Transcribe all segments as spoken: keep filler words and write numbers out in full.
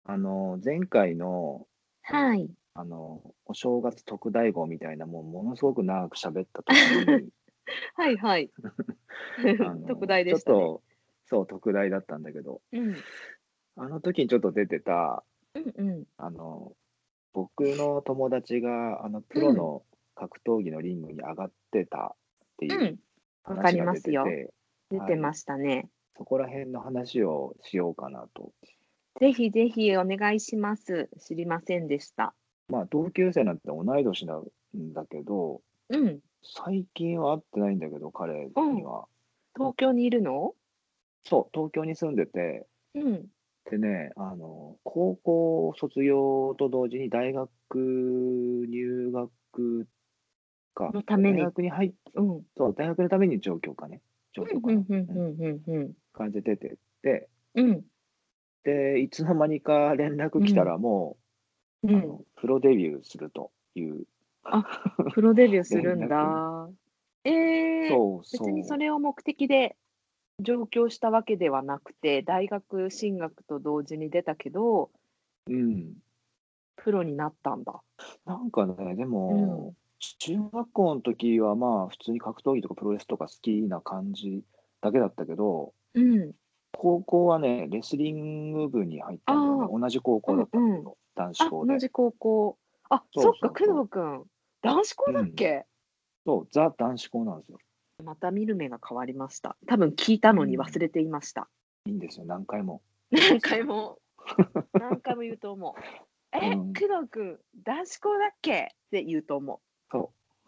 あの、前回の、 はい。 あの、お正月特大号みたいな、もうものすごく長く喋った時に、 はいはい。特あの、 大でしたね。 ちょっと、そう、特大だったんだけど、 うん。 あの時にちょっと出てた、 うんうん。 あの、僕の友達が、あの、プロうん。 の格闘技のリングに上がってたっていううん。わかり話が出ますよ。 てて、はい。 出てましたね。 そこら辺の話をしようかなと。 ぜひぜひお願いします。知りませんでした。 まあ、同級生なんて同い年なんだけど、 うん。 最近は会ってないんだけど、彼うん。 には。 東京にいるの？ そう、東京に住んでて、 うん。 でね、あの、高校卒業と同時に大学入学か、 のために。 大学に入っ、 うん。うんそう、大学のために上京かね。上京かな。 うんうんうん。 うんうんうん。 感じで出てって、 うん。 で、いつの間にか連絡来たうん。 らもう、あうん。 の、プロデビューするというあ、プロデビューするん連絡。 だ。ええ、 そう別にそそれを目的で上京したわけではなくて、大学進学と同時に出たけど、 う。うん。 プロになったんだ。 なんかね、でうん。 も、中学校の時はまあ普通に格闘技とかプロレスとか好きな感じだけだったけど、 うん。 高校はね、レスリング部に入っあたんだよね。 あ、 同じ高校だうんったんだうん。 けど、男子あ、 校で。 同じ高校。あ、 そそっか、工うそうそ藤くん、男子校う。うん。 だっけ？ そう、ザ男子校なんですよ。 また見る目が変わりました。多分聞いたのにうん。 忘れていました。 いいんですよ。何回も言いま何すから。 回も、何回も言うと思う。え、 うん。 工藤くん、男子校だっけ？って言うと思う。 そう。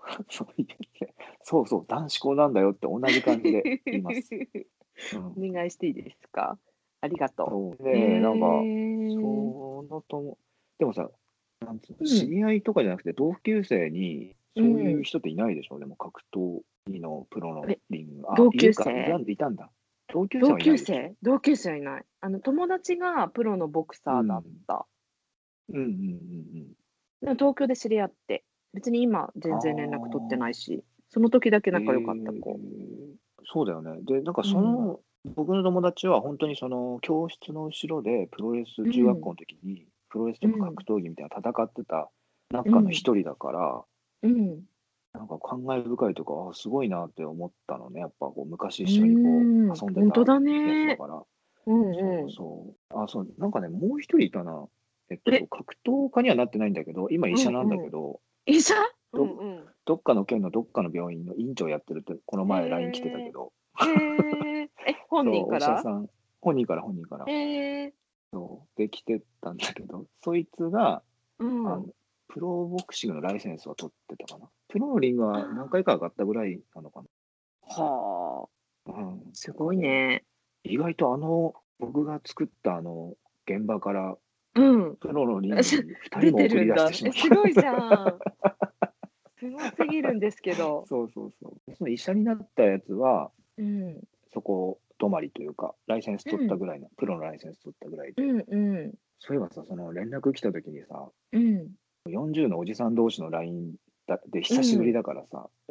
そう言ってそうそう、男子校なんだよって同じ感じで言います。うん。 お願いしていいですか？ありがとそう。 う。へで、なんか、 え。 そのとも、でもさ、なんつうの、 うん、 知り合いとかじゃなくて、同級生にそういううん。 人っていないでしょ、でも格闘技のプロのえ、 リング。あ、 同いるか、いた級生？ んいたんだ。同級生同はいないでしょ。 級生？同級生はいない。あの、友達がプロのボクサーだっうん。 た。 うんうんうんでも東京で知り合って、別に今うん。 全然連絡取ってないああ、 し、その時だけえ仲良かったえ、 子。 そうだよね。で、なんかうん、 その、僕の友達は本当にその教室の後ろでプロレス、 うん、 中学校の時にプロレスとかうん、 格闘技みたいな戦ってた中のうん、 一人だから、 うん。 なんか感慨深いというか、あ、すごいなって思ったのね。やっぱこう昔う一緒にこーん、 う遊んでたほんとだやつだね。 から。 うんうん。 そうそう。あ、そう、なんかね、もう一人いたな。えっと、 え、 格闘家にはなってないんだけど、今医うん者なんだうん。 けど、 医者？うど、 んうん。 どっかの県のどっかの病院の院長やってるって、このへ前 ライン 来てたけえ、 ど、 へえ。え、本そう、お医者人から？ さん、本人から本人から、 へえ、 そう、できてたんだけど、そいつが、 うん。 あの、プロボクシングのライセンスを取ってたかな。プロのリングは何回か上がったぐらいなのかはあ、 な。うん。 すごとかで、 いね。 意外とあの、僕が作ったあの、現場からうん。 プロのリングに2 出人も送りてるんだ。え、 出してしまった。 すごいじゃん。すごすぎるんですけど。 そうそうそう。その医者になったやつは、 うん。 そこ止まりというか、ライセンスうん。 取ったぐらいの、プロのライセンス取ったぐらいで。 うんうん。 そういえばさ、その連絡来た時にさ、 うん。 よんじゅうのおじさん同士の ライン だでうん。 久しぶりだからさ、 うん。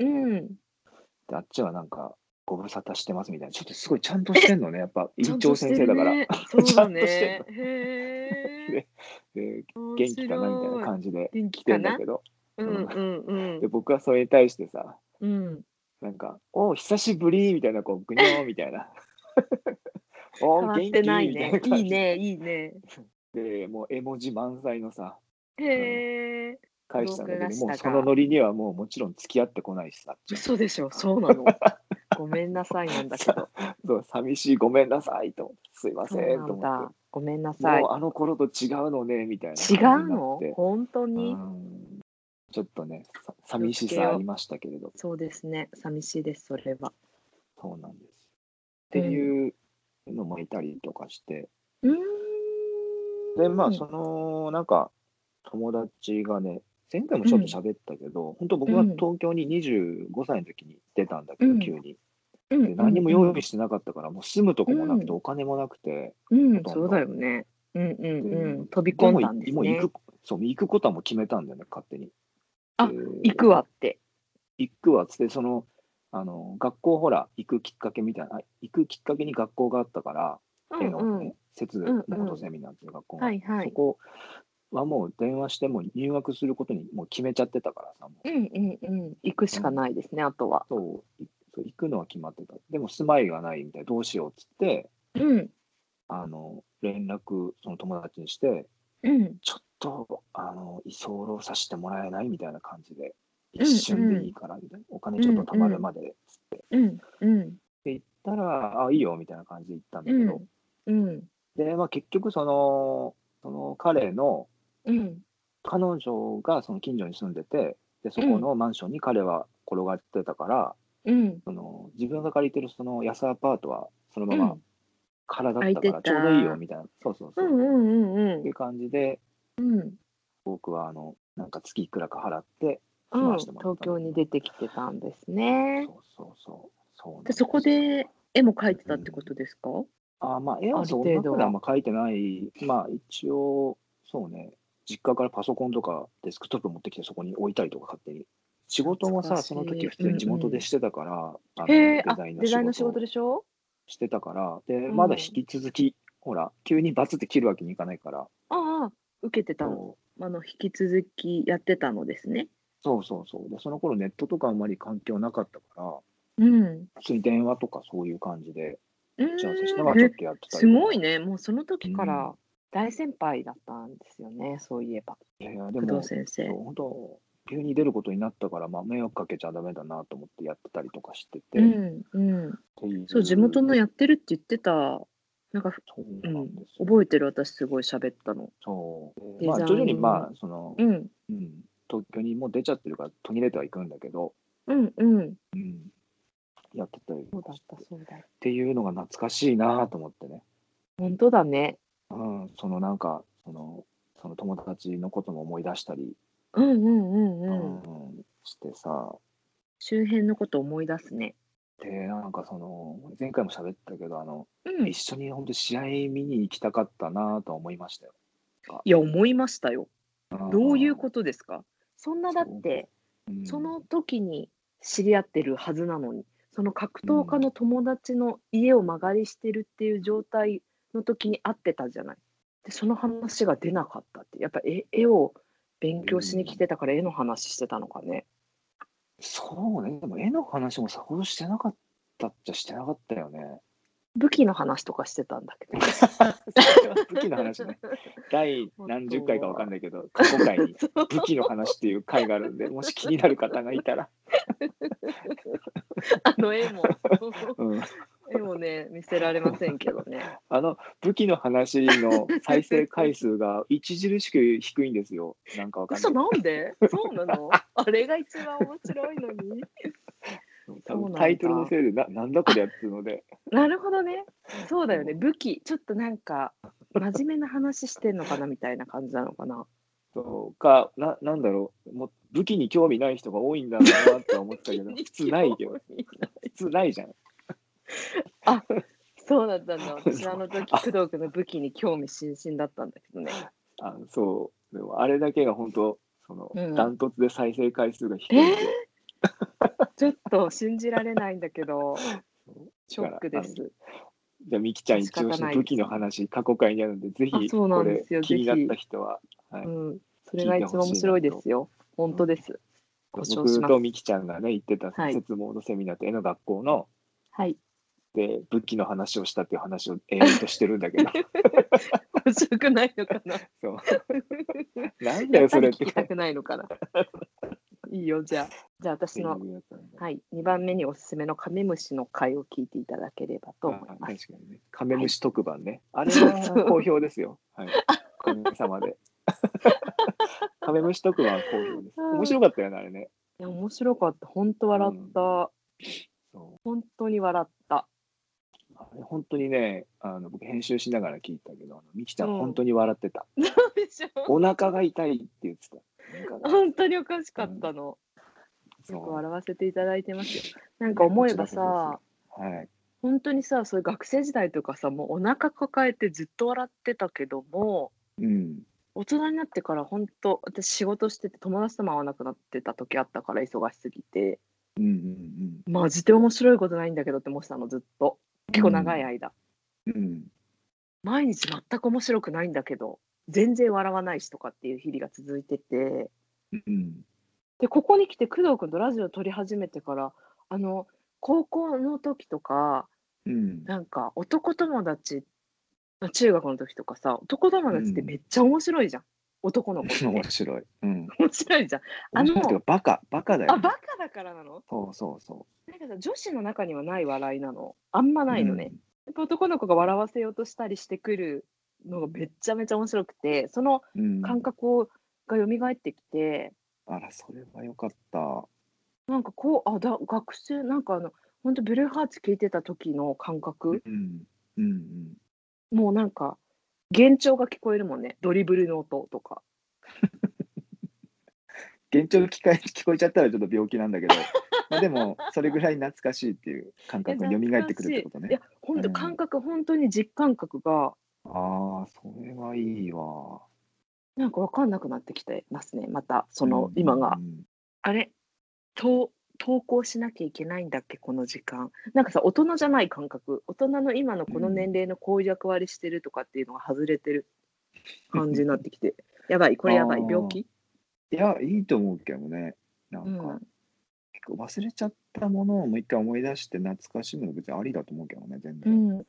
であっちはなんか、ご無沙汰してますみたいな、ちょっとすごいちゃんとしてんのね、やっぱちゃ院長んとして先生だから、 るね。そちゃうだんとしてんの。 ね。へえ。 で、で面元気かなみたいな白い。 感じで元来て気かな？ んだけど、うん。 うんうんうん。 で、僕はそれに対してさ、 うん。 なんか、おう、久しぶりみたいな、こう、ぐにょーみたいな、おう、 変わってな元気みたいいね。 な感じいいね、いいね。 で、で、もう絵文字満載のさ、うん、 へえ。 返したんだけど、 録画しもうそのたか。 ノリにはもうもちろん付き合ってこないしさ、あっちは。 嘘でしょ、そうなの。ごめんなさいなんだけさ、 ど。 そう、寂しい、ごめんなさいと思って、すいまそうせんなんだ。 と思って、 ごめんなさい。 もうあの頃と違うのね、みたいな違感じにうの？ なって、 本当うに？ ん、ちょっとね、さ気を寂しつけよさありましたけれど、 う。そうですね。寂しいです、それは。 そうなんです。ってうん。 いうのもいたりとかして、 うで、まあ、 ーん。 その、なんか、友達がね、前回もちょっとうん。 喋ったけど、本当僕はうん。 東京ににじゅうごさいの時に出たんだけど、 うん。 急に。 うんで、 うんうん。 何も用意してなかったから、もう住むとこもなくて、 うん。 お金もなくて、 うん、そうだほとんど。 よね。うんうんで、 うん。飛びでも、 込んだいもう行んですね。 く、そう、行くことはもう決めたんだよね、勝手に。で、 あ、行くわって。 行くわっつって、その、あの、学校ほら、行くきっかけみたいな、行くきっかけに学校があったから、 うんうん。 絵のね、 摂うん本セミナーっていう学校があって、 はいはいそこはもう電話しても入学することにもう決めちゃってたからさ、もうんうんうん。行くしかないですね、あとは。 う、そう、いそう行くのは決まってた。でも住まいがないみたいな、どうしようっつって、 うん、 あの、連絡、その友達にして、 うん、 ちょっと、あの、居候させてもらえないみたいな感じで、一うん、 瞬でうん、 いいから、みたいな。お金うん、 ちょっと貯まうん、 るまで、つって。 うん、うん、 で、言ったら、あ、いいよ、みたいな感じで言ったんだけど、 うん、うん、 で、まあ結局、その、その彼の、 うん、 彼女がその近所に住んでて、で、そうん、 このマンションに彼は転がってたから、 うん、 その、自分が借りてるその安アパートは、そのままうん。 空だっ空いてたから、ちょうどいいよ、 た。 みたいな。そうそうそう。っうんうんうんうん。 ていう感じで、 うん。 僕は、あの、なんか月いくらか払って住まわうん。 せてもらっ東京にたんだけど、 出てきてたんですね。 そうそうそう、そうで、そなんですよ。 こで絵も描いてたうん。 ってことですか？ あ、まあ、絵はあるその程度は。 中であんま描いてない。まあ、一応、そうね、実家からパソコンとかデスクトップ持ってきてそこに置いたりとか勝手に。仕事もさ、 懐かしその時い。 普通に地うんうん。 元でしてたから、あの、 へえ、あ、 デザインのデザインの仕事仕事をでしょ？ してたから、で、 うん。 まだ引き続き、ほら、急にバツって切るわけにいかないから、 ああ、受けてたの。 そうあの、引き続きやってたのですね。 そうそうそう。で、その頃ネットとかあんまり環境なかったから、 うん。 普通に電話とかそういう感じでう打ち合わせしなーん、え、 がらちょっとやってたすりとか。 ごいね。もうその時からうん。 大先輩だったんですよね、そういえば。 いやいや、で工藤も、 先生。 そう、本当急に出ることになったから、まあ、迷惑かけちゃダメだなと思ってやってたりとかしてて、っうんうん。 ていそう、地う、 元のやってるって言ってた。なんか、ふそうなうん、 んですよ。 覚えてる、私すごい喋ったの。 そう。でデまあ、徐々に、 ザイン。 まあ、その、 うん、 うん、東京にもう出ちゃってるから途切れてはいくんだけど、 うんうん。 うん、やってたりとそうだったかして、っそうだった。 ていうのが懐かしいなと思ってね。 ほんとだね。 うん、そのなんか、その、その友達のことも思い出したり、 うんうんうんううん。 ん、してさ、 周辺のこと思い出すね。 で、なんかその、前回も喋ったけど、あの、 うん。 一緒に本当試合見に行きたかったなとは思いましたよ。あ、 いや、思いましたよ。 うん、 どういうことですか？そんなだっそう、 て、 うん、 その時に知り合ってるはずなのに、その格闘家うん、 の友達の家を間借りしてるっていう状態の時に会ってたじゃない。で、その話が出なかったって、やっぱ絵絵を勉強しに来うん。 てたから絵の話してたのかね。 そうね、でも絵の話もさほどしてなかったっちゃしてなかったよね。 武器の話とかしてたんだけどね。 それは武器の話ね。第あ何十回かわかとは、 んないけど、過去回にそう。 武器の話っていう回があるんで、もし気になる方がいたら、 あの絵もうん。 絵もね、見せられませんけどね。 あの武器の話の再生回数が著しく低いんですよ。なんかわかんな嘘、 いけど。 なんで？そうなの？あれが一番面白いのに。 多分そうなタイトルのんだ。 せいで、ななんだこりゃっつうので、 なるほどね。そうだよね、 そう武器、ちょっとなんか、真面目な話してんのかなみたいな感じなのかな。 そうか、ななんだろう、もう武器に興味ない人が多いんだろうなって思ってたけど、 武器に普通ないけど、 興味ない。 普通ないじゃん。 あ、そうだったんだ。私あそう。 の時、工あ、 藤君の武器に興味津々だったんだけどね。 あの、そう、でもあれだけが本当、その、 うん。 ダントツで再生回数がええ！ 低いんで、 ちょっと信じられないんだけど、 そうショッだから、あの、 クです。 じゃあ、ミキちゃん仕方一押しの武器ないですね。 の話、過去回にあるんで、ぜあ、 ひそうなこれんですよ。 気になったぜひ。 人は、はい、 うん。それ聞いてほが一番面白いでしいなと。 すよ。ほんうん、 とです。保証します。 僕とミキちゃんがね、行ってたそのはい。 設モードセミナーと絵の学校の、 はい。 で、武器の話をしたっていう話を延々としてるんだけど、 面白くないのかな？ そう。なんだよ、 やっぱりそれってか。 聞きたくないのかな？いいよ、じゃあ。じゃあって私の、 いうやつなんだ。 はい、にばんめにおすすめのカメムシの回を聞いていただければとああ、 思います。 確かにね。カメはい。 ムシ特番ね。あれそうそは好う。 評ですよ。はい。おかげさまで。カメムシ特番は好評です。面うん。 白かったよね、あれね。 いや、面白かった。ほんと笑っうん。 た。 そう。 ほんとに笑った。 あれ本当にね、あの、僕編集しながら聞いたけど、あの、ミキちゃん本うん。 当に笑ってた。 そうでしょ？ お腹が痛いって言ってた。お腹がっつって。 ほんとにおかしかっうん。 たの。よくそ笑わせていただいてますよ。なんう。いや、こか思えばちらこそですよ。 さ、 はい。 ほんとにさ、そういう学生時代とかさ、もうお腹抱えてずっと笑ってたけども、 うん。 大人になってからほんと、私仕事してて友達とも会わなくなってた時あったから、忙しすぎて。 うんうんマジで面白いことないんだけどって思ってたの、ずっと。 うん。 結構うん。 長い間。 うん。 毎日全く面白くないんだけど、全然笑わないしとかっていう日々が続いてて、 うん。 で、ここに来て工藤君とラジオ撮り始めてから、あの、高校の時とか、 うん。 なんか男友達、あ、中学の時とかさ、男友達ってうん。 めっちゃ面白いじゃん。男の子っ面て。 白い。うん。 面白いじゃん。あ面白いっていうのか、バカ、バカだあ、 よね。 バカだからなの？ そうそうそなんかさ、女子の中にはない笑いなの。あんまう。 ないのね。 うん。 やっぱ男の子が笑わせようとしたりしてくるのがめっちゃめちゃ面白くて、そのうん。 感覚をが蘇ってきて、 あら、それはよかった。 なんかこう、あ、だ学生なんかあの、ほんとブルーハーツ聴いてた時の感覚、 うん。うんうん。 もうなんか、幻聴が聞こえるもんね。ドリブルの音とか。 幻聴聞かえ聞こえちゃったらちょっと病気なんだけど、ま、でも、それぐらい懐かしいっていう感え、 覚が懐蘇ってくるかしい。 ってことね。 いや、ほんと感うん。 覚ほんとに実感覚が、 ああ、それはいいわ。 なんか分かんなくなってきてますね、また、そうんうんうの今が。 ん。 あれ、と投稿しなきゃいけないんだっけ、この時間。なんかさ、大人じゃない感覚、大人の今のこのうん。 年齢のこういう役割してるとかっていうのが外れてる感じになってきて、やばい、こあれやばい、病あ、 気？ いや、いいと思うけどね。なんか、 うん。 結構忘れちゃったものをもう一回思い出して懐かしむの別にありだと思うけどね、全然。 うんうん。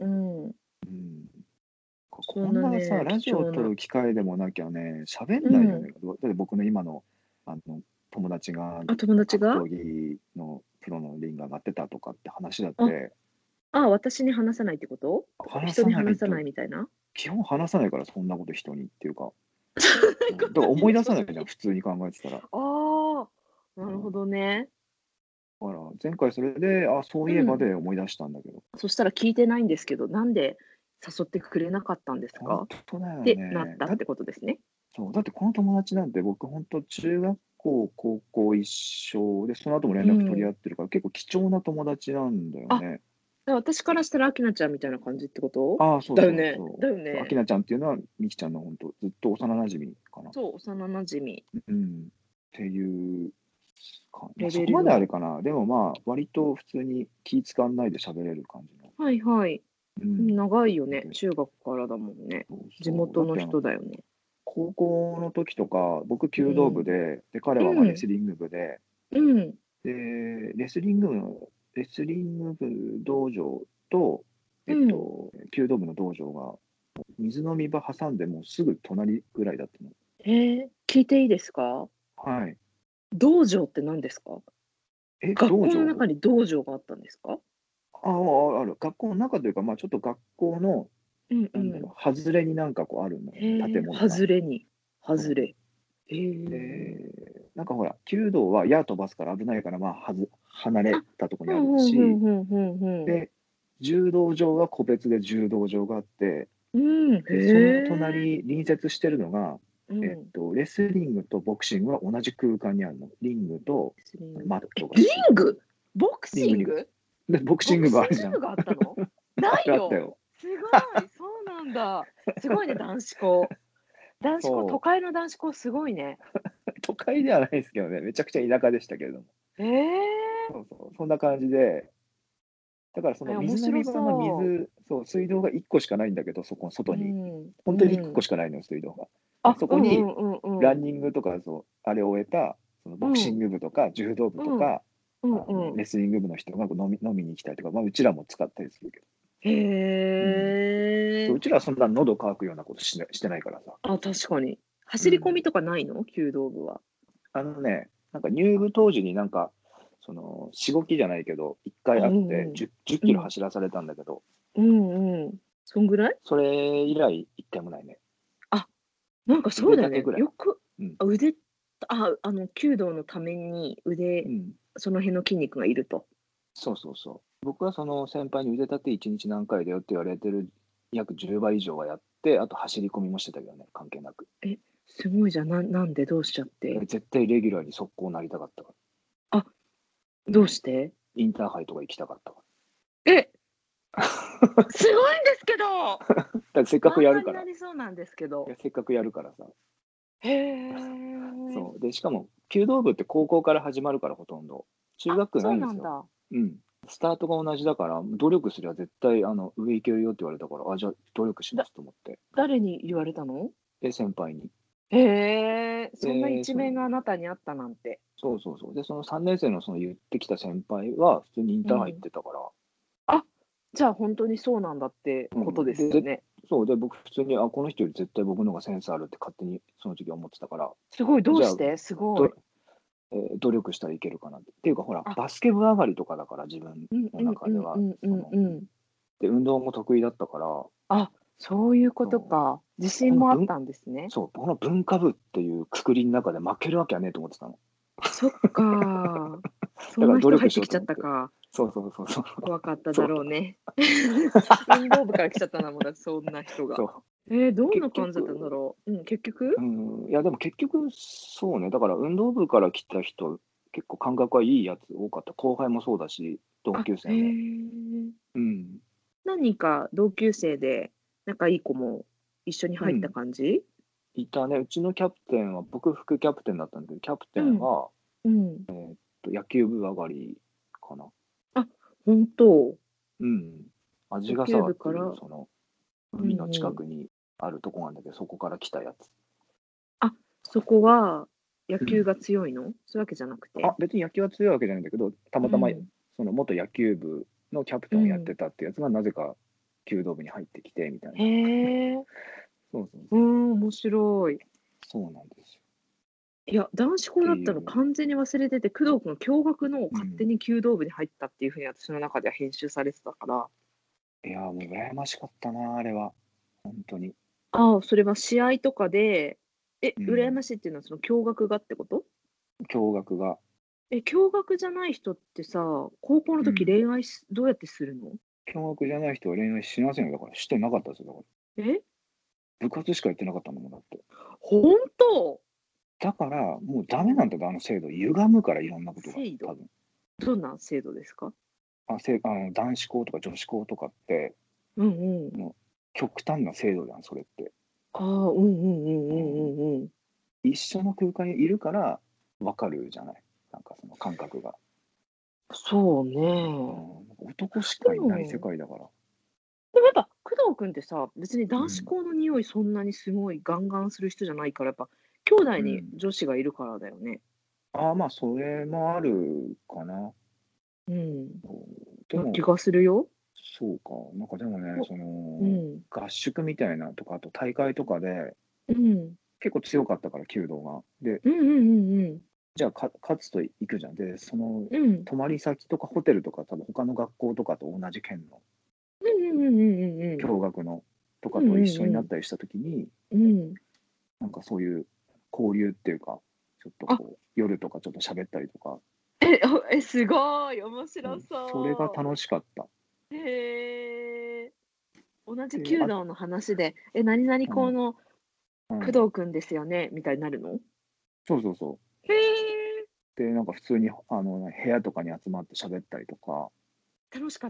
うん。こそこんなさ、 んなね、 ラジオを貴重な。 撮る機会でもなきゃね、喋うんないよん。 ね。だって僕の今の、あの、友達が、 あ、友達が？ 格闘技のプロのリンガーなってたとかって話だっあ、 て、 あ、私に話さないってこと？ 話さ人に話さなないと、 いみたいな？ 基本話さないから、そんなこと人にっていうか、 そんなうん、だからこと思い出さないじゃん、 人に。 普通に考えてたら。 ああ、なるほうん。 どね。 だから前回それで、あ、そういえばうん。 で思い出したんだけど、 そしたら聞いてないんですけど、なんで誘ってくれなかったんですほんか？ とだよってなっね。だたってことですね。 そう、だってこの友達なんて僕ほんと中学校、高校一緒で、その後も連絡取りうん。 合ってるから、結構貴重な友達なんだよあ、 ね。 私からしたら、明菜ちゃんみたいな感じってこと？ ああ、そうそうだよね。 そう。そう、 だよね。 明菜ちゃんっていうのは、みきちゃんのほんとずっと幼馴染かな。 そう、幼馴染うん。っていうか、ま、 レそこまであベルの。 れかな。でも、まあ、割と普通に気使わないで喋れる感じの。 はいはい。 うん。 長いよね。 で、 中学からだもんね。 そうそう。だ地元のってあの、 人だよね。 高校の時とか、僕弓道部うん。 で、で、彼は、ま、 うん。 レスリング部で、 うん。 で、レスリング部のレスリング部道場と、えっうん。 と、弓道部の道場が、水飲み場挟んでもうすぐ隣ぐらいだったの。 ええ、聞いていいですか？ はい。 道場って何ですか？ え、 学校の道場？ 中に道場があったんですか？ ああ、ある。学校の中というか、まあ、ちょっと学校の、 うんうん。 なんだろう、外れになんかこうあるんだよね、 へえ、 建物が。 外れに。外それ。へう。 え。 で、なんかほら、弓道は矢飛ばすから危ないから、まあ、はず離あ、 れたとこにあるふんふんふんし、 ふんふんふん。 で、柔道場は個別で柔道場があって、 うん、へで、そのえ。 隣、隣接してるのが、えっうん。 と、レスリングとボクシングは同じ空間にあるの。リングとレスリングマッとえ、リトがついてる。 ング？ボクリングにシング？ で、ボクシングボクシ部あるじゃん。 ング部があったの？なあるいよ。 あったよ。 すごい、そうなんだ。すごいね、男子校。男子校、都そう。 会の男子校すごいね。 都会ではないですけどね、めちゃくちゃ田舎でしたけれども。 ええ。 そうそう、そんな感じで、だからそえ、 の面白水飲み場のそ水そう、水道がいっこしかないんだけど、そこう。 外に。 うん、 ほんとに1 うん。 個しかないのよ、水道が。だ、 あ、 そこにうんうんうんうん。 ランニングとか、そう、あれを終えた、そのボクシンうん、 グ部とか柔道部うん、 とか、 うんあの、 うん。 レスリング部の人がこう飲み飲みに来たりとか、ま、うちらも使ったりするけど。 へうん。そう、 え。 うちらはそんな喉乾くようなことしなしてないからさ。 あ、確かに。走り込みうん。 とかないの？弓道部は。 あのね、なんか入部当時になんか、その、しごきじゃないけど、1 あ、 回う会って、 んうん。 じゅじゅっキロうん。 走らされたんだけど、 うんうん。そんぐらい？ それ以来いっかいもないね。 あ、なんかそうだよね。 腕だけぐらい。 よく、 うん。 あ、腕あ、あの、弓道のために腕、 うん。 その辺の筋肉がいると。 そうそうそう。僕はその先輩に腕立ていちにち何回だよって言われてる約じゅうばい以上はやって、あと走り込みもしてたけどね、関係なく。 え、すごいじゃん。なんなんでどうしちゃっえ、 て？ 絶対レギュラーに速攻なりたかったから。 あ、 うん。 どうして？ インターハイとか行きたかったかえ、 ら。 すごいんですけど！ だってせっかく漫画にやるから。 なりそうなんですけど。 いや、せっかくやるからさ。 へえ。 そう。で、しかも、弓道部って高校から始まるから、ほとんど。中あ、 学そないんですよ。 うなんだ。 うん。 スタートが同じだから、努力すれば絶対あの上行けるよって言われたから、あ、じゃあ努力しまだすと思って。 誰に言われたの？ で、先輩に。 へえ、そんなで、そ一面があなたにあったなんて。 そうそうそう。で、そのさんねん生のその言ってきた先輩は、普通にインターハイ行っうん。 てたから、 あ、じゃあ本当にそうなんだってことうん。で、ぜですよね。 そう、で、僕普通に、あ、この人より絶対僕の方がセンスあるって勝手にその時は思ってたから、 すごい、どじゃあ、 うして？すごどい。 えー努力したらいけるかなって。っていうか、ほら、 あ、 バスケ部上がりとかだから、自分うんのうんうんう中では、 んうんその、 うん。 で、運動も得意だったから、 あ、そういうことそう、 か。自この文、 信もあったんですね。 そう、この文化部っていうくくりの中で負けるわけはねえと思ってたの。 そっか。そんなだから努力人入ってきちゃしようと思って。 ったか。 そうそうそうそう。 怖かっただそう。 ろうね。運動部から来ちゃったな、もうだってそんな人が。 そう。 えー、どん結な感じだったんだ局、 ろう。うん、結局？ うん、いやでも結局、そうね、だから運動部から来た人、結構感覚はいいやつ多かった。後輩もそうだし、同あ、へ級生も。 え。 うん。 何人か同級生で仲いい子も一緒に入ったうん。 感じ？ いたね。うちのキャプテンは、僕副キャプテンだったんだけど、キャプテうん、 ンは、 うん。 野球部上がりかな。 あ、本当。 うん。味野球ヶ沢っていう、 部から。 その、 う海のんうん。 近くにあるとこなんだけど、そこから来たやつ。 あ、そこは野うん。 球が強いの？そういうわけじゃなくて？ あ、別に野球は強いわけじゃないんだけど、たまたま、 うん、 その元野球部のキャプテンをやっうん。 てたってやつが、なぜか弓道部に入ってきて、みたいへな。 え。 そうそうそう。 うん、面白い。 そうなんですよ。 いや、男子っ校だったのていう。 完全に忘れてて、工藤君驚愕のうん。 勝手に弓道部に入ったっていう風に私の中では編集されてたから。 いやー、もう羨ましかったな、あれは。本当に。 ああ、それは試合とかで、え、 うん。 羨ましいっていうのはその驚愕がってこと？ 驚愕が。 え、驚愕じゃない人ってさ、高校の時うん。 恋愛しどうやってするの？ 驚愕じゃない人は恋愛しませんよ。だから、してなかったですよ。だから。 え、 部活しかやってなかったもんだって。 ほんと？ だから、もうダメなんうん。 だよ、あの制度。歪むから、いろんなことが、 制度？ 多分。 どんな制度ですか？ あ、せあの男子校とか女子校とかって、 うんうん。 もう極端な制度じゃん、それって。 ああ、うんうんうんううん。 んうんうん。 一緒の空間にいるから分かるじゃない。なんかその感覚が。 そううね。 ん、男しでかいない世も界だから。 でもやっぱ、工藤君ってさ、別に男子うん。 校の匂いそんなにすごいガンガンする人じゃないから、やっぱ、兄弟にうん。 女子がいるからだよね。 ああ、まあ、それもあるかな。 うん。 そうでも、 な気がするよ。 そうか。なんかでもね、 お、 その、 うん。 合宿みたいなとか、あと大会とかで、 うん。 結構強かったから、弓道が。で、 うんうんうんうん。 じゃあ、か勝つと行くじゃん。で、その、 うん。 泊まり先とかホテルとか、多分他の学校とかと同じ県の、 うんうんうんうんうんうん。 共学のとかうんと一うんうん。 緒になったりしたときに、 うん。 なんかそういう交流っていうか、ちょっとあ、 こう、夜とかちょっと喋ったりとか、 え、あ、え、すごい、面白うん、それがそ楽しかった。 う。へえ。同じで、あ、 弓道の話で、え、何々 うん、 校のうん、 工藤君ですよね、みたいになるの？ そうそうそう。 へえ。 で、なんか普通に、あの、部屋とかに集まって喋ったりとか、 楽しかった？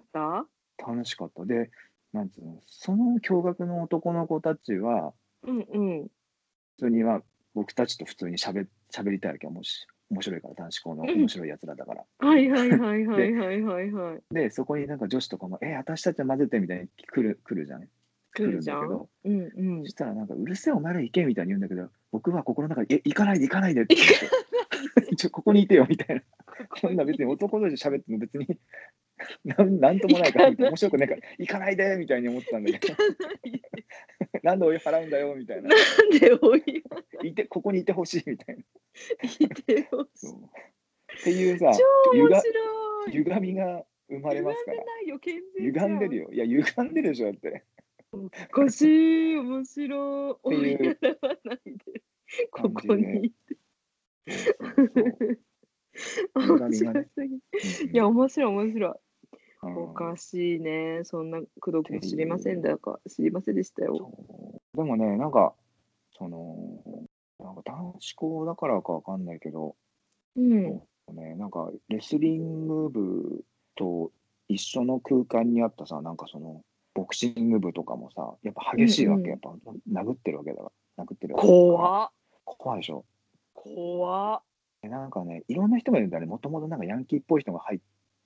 楽しかった。で、なんつうの、その共学の男の子たちは、 うんうん。 普通には僕たちと普通に喋喋りたいわけよ、もし面白いから、男子校のうん。 面白いやつらだから。 はいはいはいはで、 いはいはいはい。 で、そこになんか女子とかも、え、私たちは混ぜてみたいに来る、来るじゃん。来来るじゃん。 るんだけど、 うんうん。 そしたらなんか、うるせえお前ら行けみたいに言うんだけど、僕は心の中で、え、行かないで行かないでって行か言って、 ないで、 ちょ、ここにいてよみたいな。 ここにこんな別にいて。 男同士で喋っても別になん、なんともないからみたいな、 行かない面白くないから、 で、 行かないでみたいに思ってたんだけど、 行かないで。 なんでお湯払うんだよみたいな。 なんでお祝いいて、ここにいてほしいみたいな。 いてほしい。 そう。っていう超さ、ゆが、 面白い。 歪みが生ま歪んでれますから。 ないよ、健全じゃん。 歪んでるよ。いや、歪んでるでしょ、だって。 おかしい、面白い。 って追いいう払わないで、こ感じで、 こに。 そうそうそう。 面歪みがね。 白すぎ。いうん。 や、面白い面白い。 うん。っおかしいね。そんな工藤て君も知りませんいう。 だか知りませんでしたよ。 そう。でもね、なんか、その、なんか男子校だからかわかんないけど、 うん。 そうね、なんかレスリング部と一緒の空間にあったさ、なんかその、ボクシング部とかもさ、やっぱうん激しいわけ。 うん。 やっぱ殴ってるわけだから、殴ってるわけだから、 怖っ。 怖いでしょ。 怖っ。 でなんかね、いろんな人がいるんだね。もともとなんかヤンキーっぽい人が入っ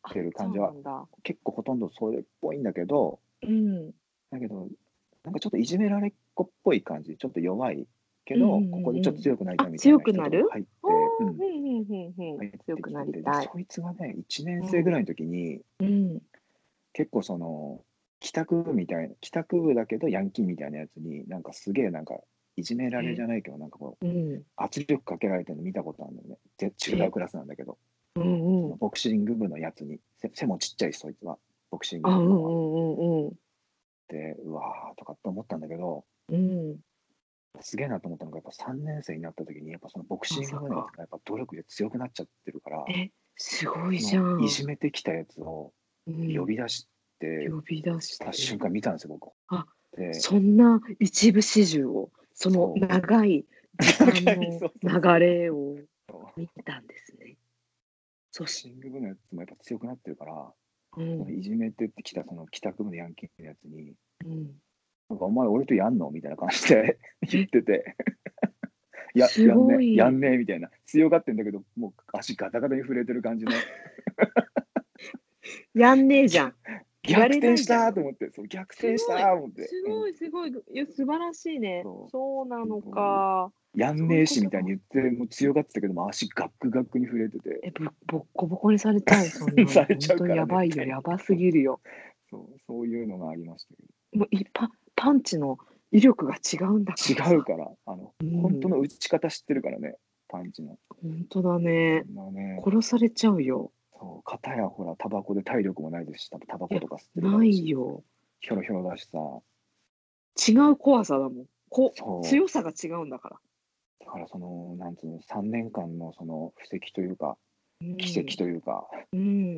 あ、 てるそう感じはなんだ。 結構ほとんどそれっぽいんだけど、 うん。 だけど、なんかちょっといじめられっ子っぽい感じ、ちょっと弱いけうんうんど、ここでちょっとうんうん。 強くなりたあ、 いみたいな強くなる？ 人とかも入っああ、 て、うん、 ふんふんふんふん。 入っ強くなてきてて、で、 りたい。 そいつがね、いちねんうん。 生ぐらいの時に、 うん。 結構その、帰宅部みたいな、帰宅部だけどヤンキーみたいなやつに、なんかすげえなんか、いじめられじえ、 ゃないけど、なんかこう、 うん。 圧力かけられてるの見たことあるんだよね。ぜ違うえ、 クラスなんだけど、 うんうん。 そのボクシング部のやつに、背背もちっちゃいし、そいつは、ボクシングあ、うんうやってる子は。 んうんうん。 で、うわーとかって思ったんだけど、 うん。 すげえなと思ったのが、やっぱさんねん生になった時に、やっぱそのボクシング部のやつまさか。 がやっぱ努力で強くなっちゃってるから、 え、すごいそじゃん。 のいじめてきたやつをうん。 呼び出して呼び出した瞬て。 間見たんですよ、僕。 あ、 で、 そんな一部始終を、そのそう。 長い時間のそうそうそう流れをそう。 見たんですね。そしボクシング部のやつもやっぱ強くなってるから、 うん、 そのいじめてってきたその帰宅部のヤンキーのやつに、 うん。 なんかお前俺とやんのみたいな感じで言っえ、 てて、いや、 すやんね、やごい。 んねみたいな。強がってんだけど、もう足ガタガタに触れてる感じの、 やんねえじゃん。や逆れないじゃん。 転したと思って、そう逆すごい、 転したと思って、 すうん、 ごいすごい。いや、素晴らしいね。 そそうなのう、もうか。 やんそういうねえしみたいにことが。 言って、もう強がってたけども、足ガックガックに触れてて、 え、ぼボッコボコにされちゃう、そんなの。 されほんとちゃうからね、 やばいよ、 みたいな。 やばすそうぎるよ。 そう、そういうのがありましたけもう、いパパンチの威力が違うんだからど、違うさ。 から、あの、 うん、 本当の打ち方知ってるからね、パンチの。 ほんとだね。 そんなね、 殺されちゃうよ。 そう、片やほら、タバコで体力もないですし、多分タバいや、 コとか吸ってるだなろうし、 いよ。 ひょろひょろだしさ、 違う怖さだもん。こそう、 強さが違うんだから。 だからその、なんつうの、さんねんかんのその布石というか、 う奇跡ん、 というか、 うん。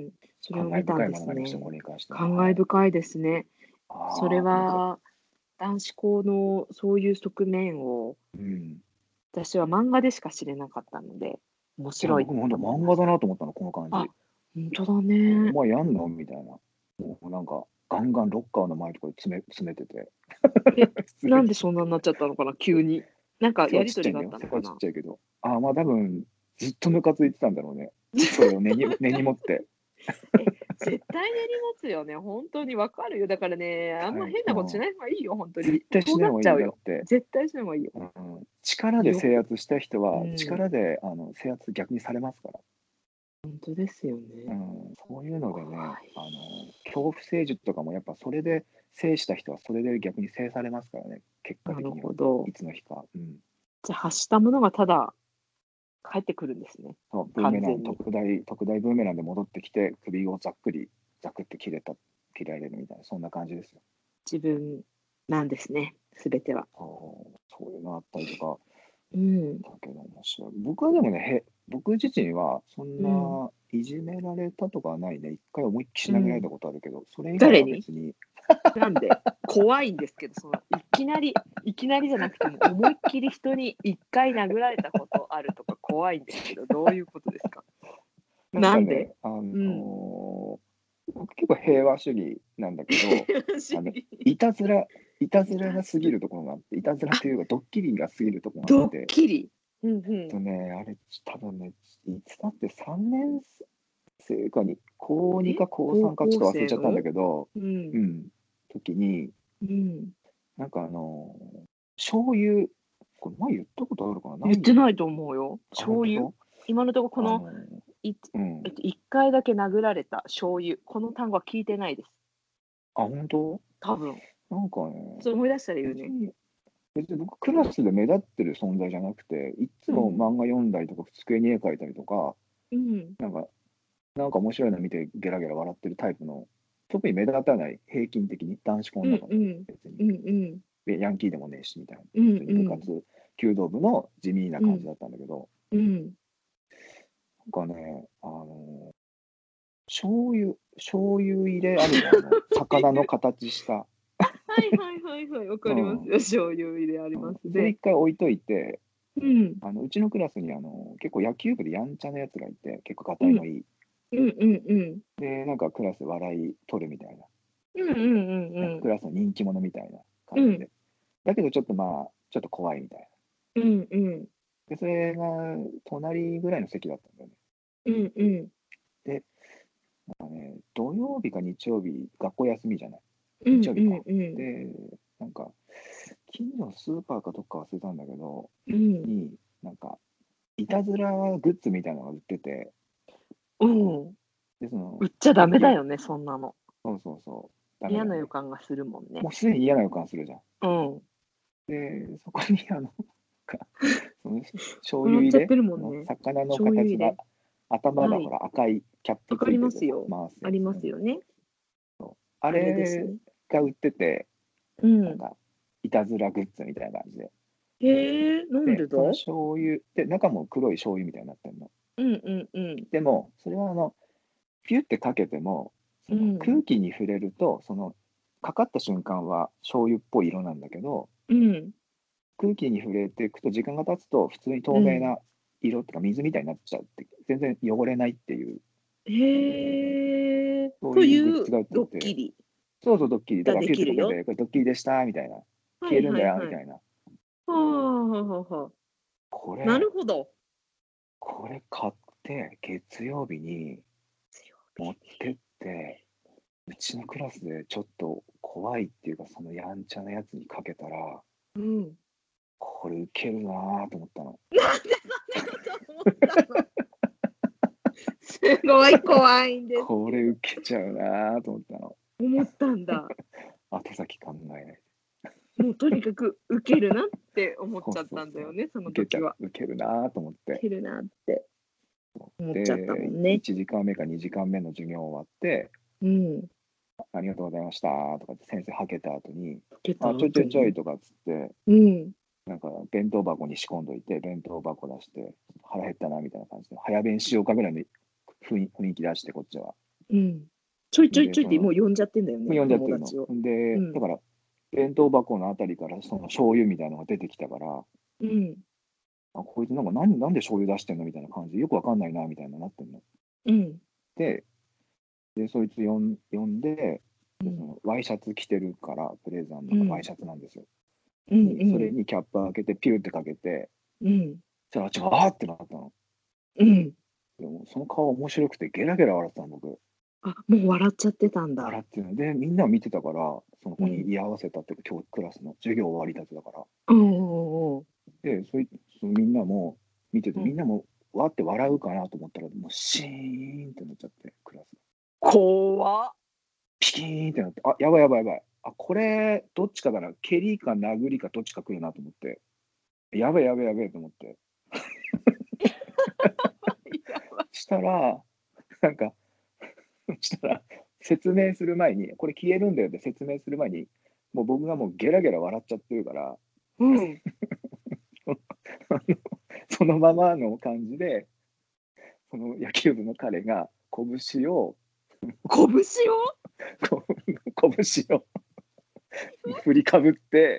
それを見たんで感慨深いものすね。 がありました、これに関しては。 感はい。 慨深いですね。それああ、と思って。 は、男子校のそういう側面を、 うん。 私は漫画でしか知れなかったので、面いや、 白い僕も本当と思いました。 漫画だなと思ったの、この感あ、 じ。 ほんとだおね。 前やんのみたいな。もうなんか、ガンガンロッカーの前とかで詰め詰めてて。 え、 普通に。 なんでそんなになっちゃったのかな、急に。なんか背はやり取りがあっちっちゃいんだよ。背はちったのかな。 ちゃいけど。ああ、まあ多分、ずっとムカついてたんだろうね。それを根に根に持って。 え、絶対根に持つよね。本当にわかるよ。だからね、あんまはい、 変なことしうん。 ない方がいいよ、本当に。 絶対そうしない方がいい。 なっちゃうよ。 だって、 絶対しない方がいいよ。 うん、力でよ制圧した人は、 うん、 力であの制圧逆にされますから。 本当ですようね。 ん、そういうので怖ね、あい。 の、恐怖政治とかもやっぱそれで制した人はそれで逆に制されますからね、結果なる的には。 ほど。 いつの日か。うん。 じゃ、発したものがただ返ってくるんですね、 そう、ブーメラン、 完全に。 特大、特大ブーメランで戻ってきて、首をざっくり、ざくって切れた、切られるみたいな、そんな感じですよ。 自分なんですね、全ては。 そう、そういうのあったりとか、 うん、 だけど面白い。僕はでもね、へ僕自身はそんうん、 ないじめられたとかはないね。一回思いっきり殴られうん。 たことあるけど、それ以外誰に？ は別に、 なんで？怖いんですけど、その、いきなりいきなりじゃなくても、思いっきり人にいっかい殴られたことあるとか怖いんですけど、どういうことですか？ なんなんで？ かね、あうん。 の、僕結構平和主義なんだけど、あの、 不思議。 いたずらいたずいたらが過ぎるずところがあって、いたずらあ、 というかドッキリが過ぎるところがあっドッて、 キリ。うんうん。 とね、あれ、多分ね、いつだってさんねん生かに、高にえ？ か高さんかちょっ高校と忘れちゃったん生の？ だけど、 うん、 うん、時に、 うん。 なんかあの、醤油、これ前言ったことあるかな、ないよね。 言ってないと思うよ。 あ、本醤油？ 当？ 今のとここの、 あの、 いうん。 えっと、いっかいだけ殴られた醤油、この単語は聞いてないです。 あ、本当？ 多分。 なんかね、 ちょっと思い出したら言うね。 別に別に僕クラスで目立ってる存在じゃなくて、いつうん。 も漫画読んだりとか、机に絵描いたりとか、 うん。 なんかなんか面白いの見てゲラゲラ笑ってるタイプの、特に目立たない、平均的に、男子校うんの中でもうん。 別に、 うんうん。 でヤンキーでもねえしみたいな、 うん普通にうん。 部活、弓道部の地味なうん。 感じだったんだけど、 うん。 なんかね、あの、醤油、醤油入れあるじゃん、あの、魚の形した。 はいはいはいはい、わかうん、 りますよ。醤油入れありうん、 ますね。 それ一回置いといて、 うん。 あの、うちのクラスにあの、結構野球部でやんちゃなやつがいて、結構うん。 硬いのいい。 うんうんうん。 で、なんかクラスで笑い取るみたいな。 うんうんうんなんかうん。 クラスの人気者みたいなうん。 感じで。だけどちょっとまあ、ちょっと怖いみたいな。 うんうん。 で、それが隣ぐらいの席だったんだよね。 うんうん。 で、 なんかね、土曜日か日曜日、学校休みじゃない。 うん日曜日か。 うんうんで、なんか、近所のスーパーかどっか忘れたんだけど、 うんに、なんか、いたずらグッズみたいなのが売ってて、 うんで、その、 売っちゃダメだで、 よね、そんなの。 そうそうそう、ダメ嫌だよね。 な予感がするもんね。 もうすでに嫌な予感するじゃん。 うん。 で、そこに、あの、かその醤油入れ、 笑っちゃってるもそのんね。 魚の形の醤油入れ。 頭がはい。 ほら赤いキャップわかりついててさ、 ますよ。 回すやつ。 ありまうん、 すよね。 ああれですれね。 が売ってて、 うん。 なんか、いたずらグッズみたいな感じで。 へえ、なんで、 でだ。 その醤油、で、中も黒い醤油みたいになってんの。 うんうんうんでも、それはあの、ピュってかけても、そのうん空気に触れると、その、かかった瞬間は醤油っぽい色なんだけど、 うん空気に触れていくと時間が経つと普通にうん透明な色っていうか水みたいになっちゃうって、全然汚れないっていう、 へえ、 そうといういうグッズが売ってドッて、 キリそうそうドッキリ、だがからピュってできるよ。 かけて、これドッキリでしたみたいな、 はい消えるんだはいはい。 よみたいな。 はあはあはあはあ。なこれ、 るほど。 これ買って月曜日に強持ってって、うちのクラスでちょっと怖いっていうか、そのやんちゃなやつにかけたら、 火。うん。 これウケるなぁと思ったの。 なんでそんなこと思ったの。すごい怖いんですこれけど。 ウケちゃうなぁと思ったの。 思ったんだ。 後先考えない。 もうとにかく受けるなって思っそうちゃっそうそう。 たんだよね、そのウケちゃう、 時は。 ウケるなぁと思って。 受けるなって思っちゃったもで、 んね。 いちじかんめかにじかんめの授業終わって、 うん。 ありがとうございましたとかって先生はけた後に、 受けたあ、ちょいちょいちょい後に。 とかっつって、 うん。 なんか弁当箱に仕込んどいて、弁当箱出して、腹減ったなみたいな感じで、早弁しようかぐらいの雰囲雰囲気出して、こっちは。 うん。ちょいちょいで、 ちょいってもその、 う呼んじゃってんだよもうね、 読んじゃってるの。 友達を。 んで、だうん。 から、弁当箱のあたりからその醤油みたいなのが出てきたから、 うん。 あ、こいつなんか何、なんで醤油出してんのみたいな感じで、よくわかんないなみたいななってんの。 うん。 で、で、そいつ呼ん呼んで、で、そうん。 のワイシャツ着てるから、ブレザーのうん。 中ワイシャツなんですよ。 うんに、それうん。 にキャップ開けて、ピューってかけて、 うん。 そしたら、あーってなったの。 うん。 でも、その顔面白くて、ゲラゲラ笑ってたの、僕。 あ、もう笑っちゃってたんだ。 笑ってるので、みんな見てたから、その子にうん。 居合わせたっていうか、今日クラスの授業終わりたてだから。 うんうんうんで、そいそのみんなも見てて、 うん。 みんなもわって笑うかなと思ったら、もうシーンってなっちゃって、クラス。 怖っ。 ピキーンってなって、あ、やばいやばいやばい。あ、これ、どっちかだな。蹴りか殴りかどっちか来るなと思って。やべえやべえやべえと思って。したら、なんか、したら、説明する前に、これ消えるんだよって説明する前に、もう僕がもうゲラゲラ笑っちゃってるから、 うん。 あのそのままの感じで、その野球部の彼が拳を、 拳をこ拳を振りかぶって、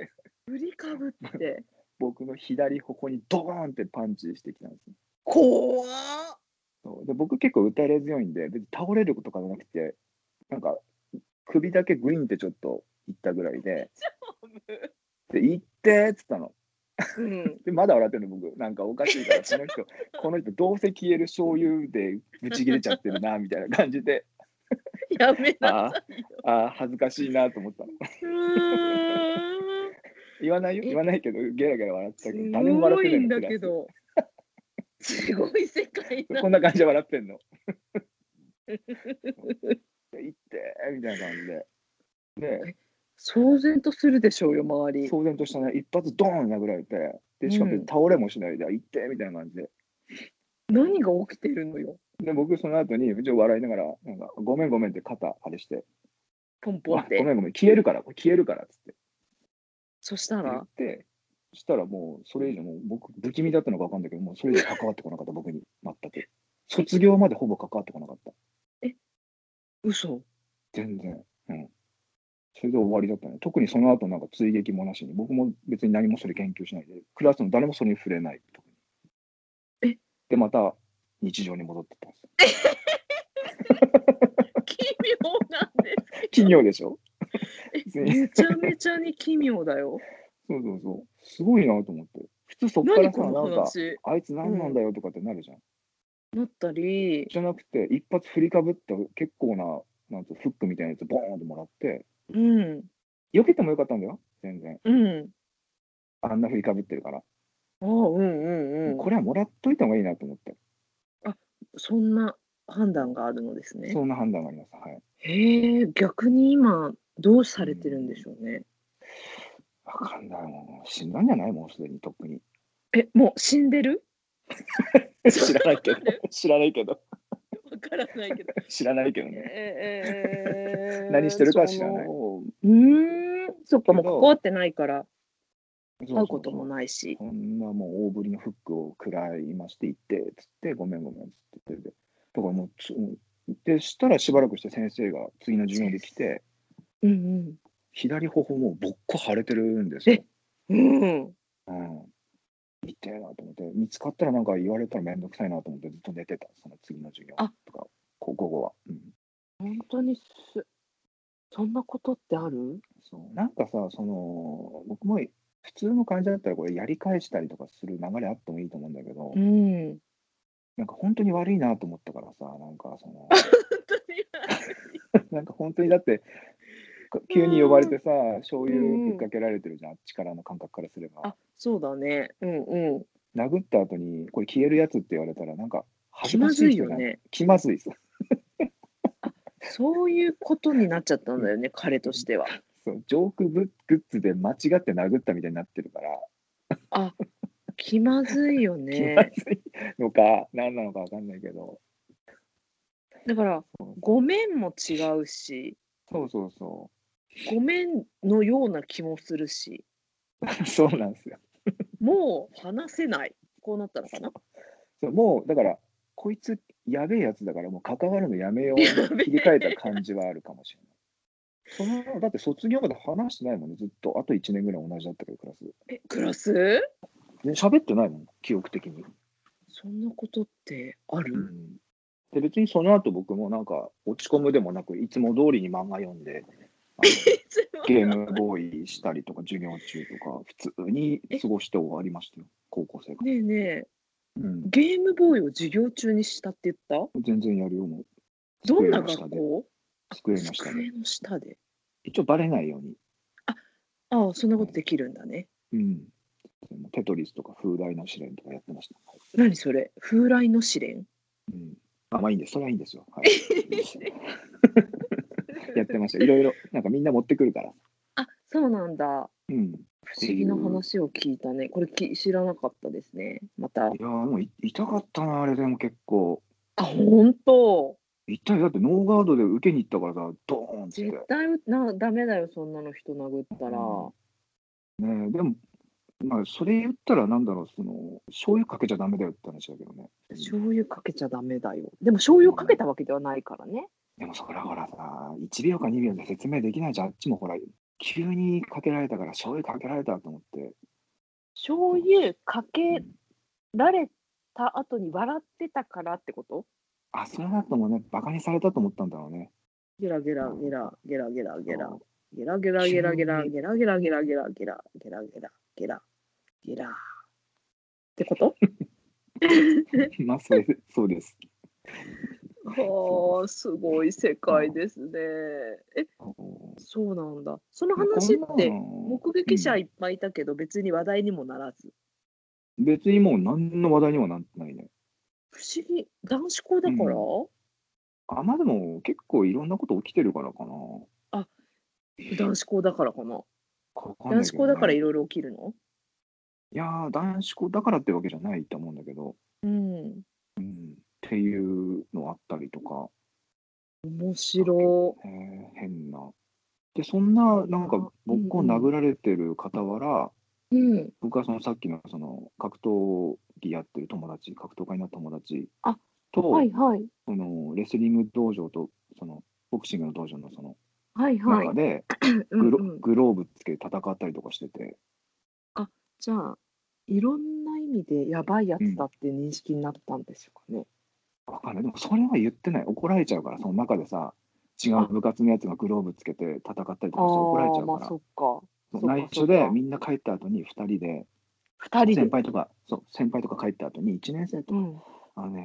振りかぶって。 僕の左頬にドーンってパンチしてきたんですよ。 怖っ。 そうで、僕結構打たれ強いんで、別に倒れることかじゃなくて、なんか首だけグインってちょっといったぐらいで、で、行ってーっつったの。 うん。 で、まだ笑ってるの僕。なんかおかしいから、この人、この人どうせ消える醤油でブチ切れちゃってるな、みたいな感じで、 やめなあさいよ。 あ、ああ、恥ずかしいなと思ったの。 うーん。 言わないよ。 え、 言わないけど、ゲラゲラ笑ってすたけど、誰も笑ってないの、 ごいんだクラス。 けど。すごい世界なこんな感じで笑ってんの。 ん。 で行ってーみたいな感じで。で、 騒然とするでしょうよ、周り。 騒然としたね、一発ドーン殴られて、で、しかもうん。 倒れもしないで、あ行ってーみたいな感じで。 何が起きてるのよ。 で、僕その後に、ちょっと笑いながら、なんか、ごめんごめんって肩あれして、 ポンポンって。 あごめんごめん、消えるから、これ消えるからっつってそした言っらて、そしたらもう、それ以上、もう僕、不気味だったのか分かんないけど、もうそれ以上関わってこなかった、僕に、全く。卒業までほぼ関わってこなかった。 え、嘘。 全然。うん。それで終わりだったね。特にその後なんか追撃もなしに、僕も別に何もそれ研究しないで、クラスの誰もそれに触れない。特にえ、 で、また日常に戻ってったんですよ。 奇妙なんですけ奇ど。 妙でしょえ、 別にめちゃめちゃに奇妙だよ。 そうそうそう。すごいなと思って。普通そっからさ、 何このなんか、 話。 あいつうん。 何なんだよとかってなるじゃん。 なったり、 じゃなくて、一発振りかぶった結構な、なんつうフックみたいなやつボーンともらって、 うん、 避けてもよかったんだよ、全然。 うん。 あんな振りかぶってるから。 ああ、うんうんうん。 これはもらっといた方がいいなと思って。 あ、そんな判断があるのですね。 そんな判断があります。はい。 へえ、逆に今どうさうれてるんでん。 しょうね。 わかんないもん。死んだんじゃないもうすでに、とっくに。 え、もう死んでる？そう知らないけど。 なる？ 知らないけど。 わからないけど。 知らないけどね。何しええ、 てるかはそ知らない。 の、うーん、そっか、もう関けど、 わってないから、 そう会うこともそうそう。 ないし。 こんなもう大ぶりのフックを食らいまして行って、つって、ごめんごめん、つってて。だからもうつ、で、したらしばらくして先生が次の授業先生。 で来て、 うんうん。 左頬もうぼっこ腫れてるんですえ、 よ。 うん。 うん。痛えなと思って、見つかったらなんか言われたらめんどくさいなと思ってずっと寝てた、その次の授業あ、 とか、こ午後は。うん。 ほんとにすそんなことってある？ そう、なんかさ、その、僕も普通の感じだったらこれやり返したりとかする流れあってもいいと思うんだけうど、 ん。 なんか本当に悪いなと思ったからさ、なんかその、 ほんとに悪い。 なんか本当にだって、かう急に呼ばれーん。 てさ、醤う油ぶっんうん。 かけられてるじゃん、あっちからの感覚からすれば。 あ、そうだね。うんうん。 殴った後に、これ消えるやつって言われたら、なんか恥ずか気まずしい人じゃん。 いよね。 気まずいさ。 あ、そういうことになっちゃったんうん。 だよね、彼としては。 そう、ジョークグッズで間違って殴ったみたいになってるから、 あ、気まずいよ気まね。 ずいのか、何なのかわかんないけど。 だから、 そうそごめんも違うし、 う。そうそうそごめんのような気もするし、 う。そうなんですよ。 もう話せない。こうなったのかな？ そう、もうだから、こいつやべえやつだからもう関わるのやめようにやべ切り替えたえ。 感じはあるかもしれない。その、だって卒業まで話してないもんね、ずっと。あといちねんぐらい同じだったけど、クラス。 え、クラス？ ね、喋ってないもん、記憶的に。 そんなことってある？ うん。で、別にその後僕もなんか落ち込むでもなく、いつも通りに漫画読んで、あの、 いつもゲームのボーイしたりとか、授業中とか、普通にえ、 過ごして終わりましたよ、高校生活。 ねえねえ、 うん。 ゲームボーイを授業中にしたって言った？ 全然やるよ、もう。机どんなの下で。 学校？あ、 机の下で。 机の下で。 一応バレないように。 あ、ああ、そんなはい。 ことできるんだね。 うん。テトリスとか風来の試練とかやってました。はい。 何それ？風来の試練？ うん。あ、まあいいんです。それはいいんですよ。はい。やってました。いろいろ、なんかみんな持ってくるから。 あ、そうなんだ。 うん。っ不思議なていう。 話を聞いたね。これき知らなかったですね。また。 いやー、もうい痛かったな、あれでも結構。 あ、ほんと。 痛い。だってノーガードで受けに行ったからさ、ドーンっつって。 絶対うなダメだよ、そんなの人殴ったら。 うん。ねえ、でも、まあ、それ言ったらなんだろう、その、醤油かけちゃダメだよって話だけどね。うん。 醤油かけちゃダメだよ。でも醤油かけたわけではないからね。 でもそれほらさ、いちびょうかにびょうで説明できないじゃん。あっちもほら、急にかけられたから醤油かけられたと思って。 醤油かけうん。 られた後に笑ってたからってこと？ あ、その後もね、バカにされたと思ったんだろうね。 ゲラゲラそうゲラそうそう。 ゲラゲラゲラそう。 ゲラゲラゲ急ラゲラに、 ゲラゲラゲラゲラゲラゲラゲラゲラゲラってこと？ まあ、それ、そうです。そうです。 はあ、すごい世うん。 界ですね。え、 そそうなんだ。そのう。ね、こんな話っての、 目うん。 撃者いっぱいいたけど、別に話題にもならず。 別にもう何の話題にもなってないね。 不思議、男子校だから？ うん。あ、まあでも、結構いろんなこと起きてるからかな。 あ、男子校だからかな。 わかん男子ないけどね。 校だからいろいろ起きるの？ いやー、男子校だからってわけじゃないと思うんだけど、 うん、 うん。っていうのあったりとか、 面だけど白。 ね、変な。で、そんな、なんか、 変な。うん僕をうん。 殴られてる傍ら、 うん。 僕はそのさっきのその格闘技やってる友達、格闘家になった友達あ、はと、 いはい。 そのレスリング道場と、そのボクシングの道場のそのはいはい。 中でグロ、 うんうん。 グローブつけて戦ったりとかしてて、 あ、じゃあ、いろんな意味でやばいやうん、 つだって認識になったんでしょうかね。 わかんない。でもそれは言ってない。怒られちゃうから、その中でさ、違うあ、 部活のやつがグローブつけて戦ったりとあかして怒られちあ、まあ、 ゃうから、 そっか。そっかそう内緒でそっか。 みんな帰った後にふたりで、 二人で。 先輩とか、そう、先輩とか帰った後にいちねん生とか、 うん。 あのね、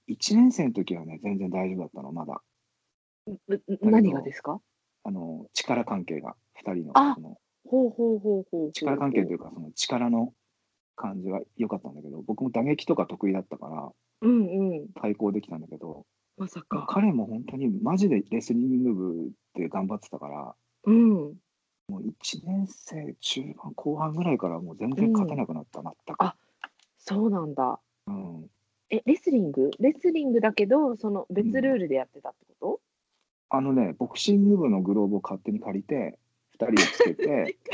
いちねん生の時はね、全然大丈夫だったの、まだ。 ううだけ何がど、 ですか？ あの、力関係が、ふたりの、 あ、 その、 ほうほうほうほうほ力うほ関係というか、その力の感じが良かったんだけど、僕も打撃とか得意だったから、 う。うんうん。 対抗できたんだけど、 まさもうか。 彼も本当にマジでレスリング部で頑張ってたから、 うん。 もういちねん生中盤後半ぐらいからもう全う然勝てん。 なくなった、全く。 あ、そうなんだ。 うん。 え、レスリングレスリングだけど、そのうん。 別ルールでやってたってこあのね、ボクシング部のグローブを勝手に借りて、ふたりでつけと？何て、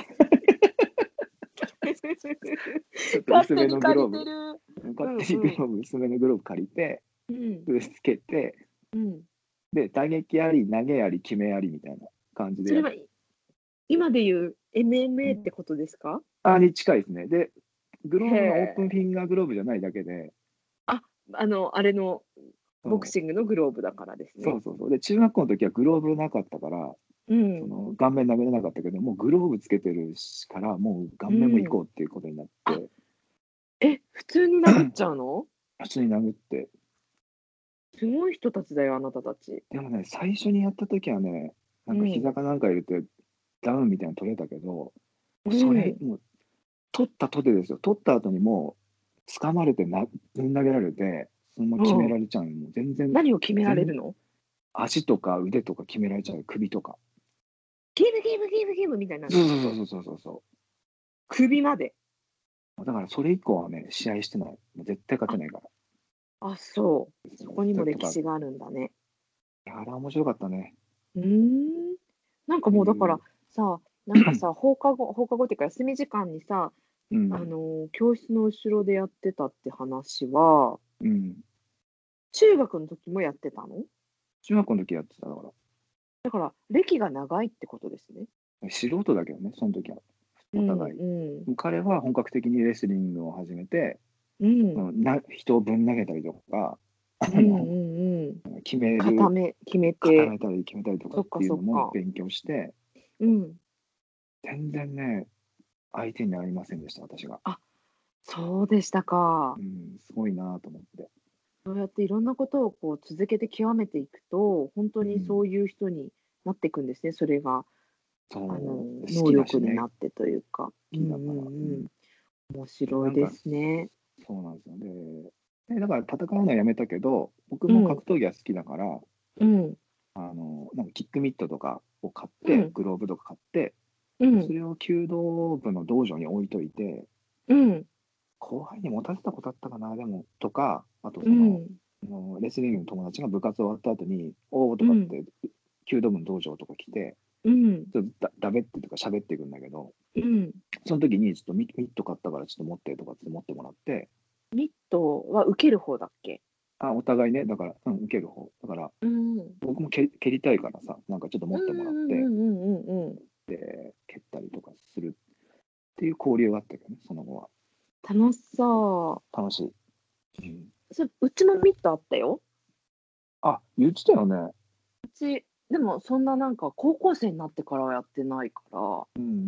ちょっと勝薄め手に借りのグローブ、 てる。う勝んうん。 手にグローブ、薄めのグローブ借りて、 うん。 それつけて、 うん。 で、打撃あり、投げあり、決めありみたいな感じでやっ、 それは、い今で言ううエムエムエー っん、 てことですか？ あに近いですね。で、グロへーブがオープンフえ。 ィンガーグローブじゃないだけで、 あ、あの、あれのボクそう、 シングのグローブだからですね。 そうそうそう。で、中学校の時はグローブなかったから、 うん。 その顔面殴れなかったけど、もうグローブつけてるから、もう顔面も行うん。 こうっていうことになっあ、 て、 え、普通に殴っちゃうの？ 普通に殴って、 すごい人たちだよ、あなたたち。 でもね、最初にやった時はね、なんかうん。 膝かなんか入れてダウンみたいなの取れたけど、 うそれ、 ん。 もう取ったとてですよ。取った後にもう、掴まれてな、ぶん投げられて、そのまま決めうん。 られちゃうの。もう全然、 何を決められ全、 るの？ 足とか腕とか決められちゃう。首とか。 ギブギブギブギブみたいになるそうってこと？ そうそうそうそ首まで。 う。だからそれ以降はね、試合してない。もう絶対勝てあ、 ないから。 あ、そう。そこにもだだから、 歴史があるんだね。 あれは面白かったね。 うーん。なんかってもうだからいう。 さ、なんかさ、放課後放課後っていうか休み時間にさ、あうん。 の、教室の後ろでやってたって話は、 うん。 中学の時もやってたの？ 中学校の時やってただかだから歴が長いってことですね。 ら、素人だけどね、その時は。 うんお互い。 うん。 彼は本格的にレスリングを始めて、 うん。 うんな人をぶん投げたりとか、あうんの、 うんうん。 決める、 固め決めて、 固めたり決めたりとかっそっかていうのもそっか。 勉強して、 うん。 全然ね、相手になりませんでした、私が。 あ、そうでしたか。 うん、すごいなと思って。 そうやっていろんなことをこう続けて極めていくと、本当うん、 にそういう人になっていくんですね。それが、 そあの、 う、好能きだしね、 力になってというか。うんう好きだから。うんうん。 ん、 面で、なんか、 白いですね。 そうなんですよね。で、だから戦うのはやめたけど、僕うん、 も格闘技は好きだから、 うん、 あの、なんかキックミットとかを買って、 うん、 グローブとか買って、でそうん、 れを弓道部の道場に置いといて、 うん、 後輩に持たせたことあったかな、でも、とか、あとその、 うん、 あのレスリングの友達が部活終わった後に、おーとうん、 かって、弓道部の道場とか来て、 うん、 ちょっとだだべってとか喋っていくんだけど、 うん。 その時に、ちょっとミミット買ったからちょっと持ってとかって持ってもらって、 ミットは受ける方だっけ？ あ、お互いね、だから、うん、受ける方。だから、 うん。うん僕も蹴蹴りたいからさ、なんかちょっとうんう持ってもらって、 んうんうんうん。 で、蹴ったりとかするっていう交流があったけどね、その後は。 楽しそ楽しい。うん、 う。そうちもミットあったよ。 あ、言ってたよね。 うち、でもそんななんか高校生になってからはやってないから、 うんうんうん。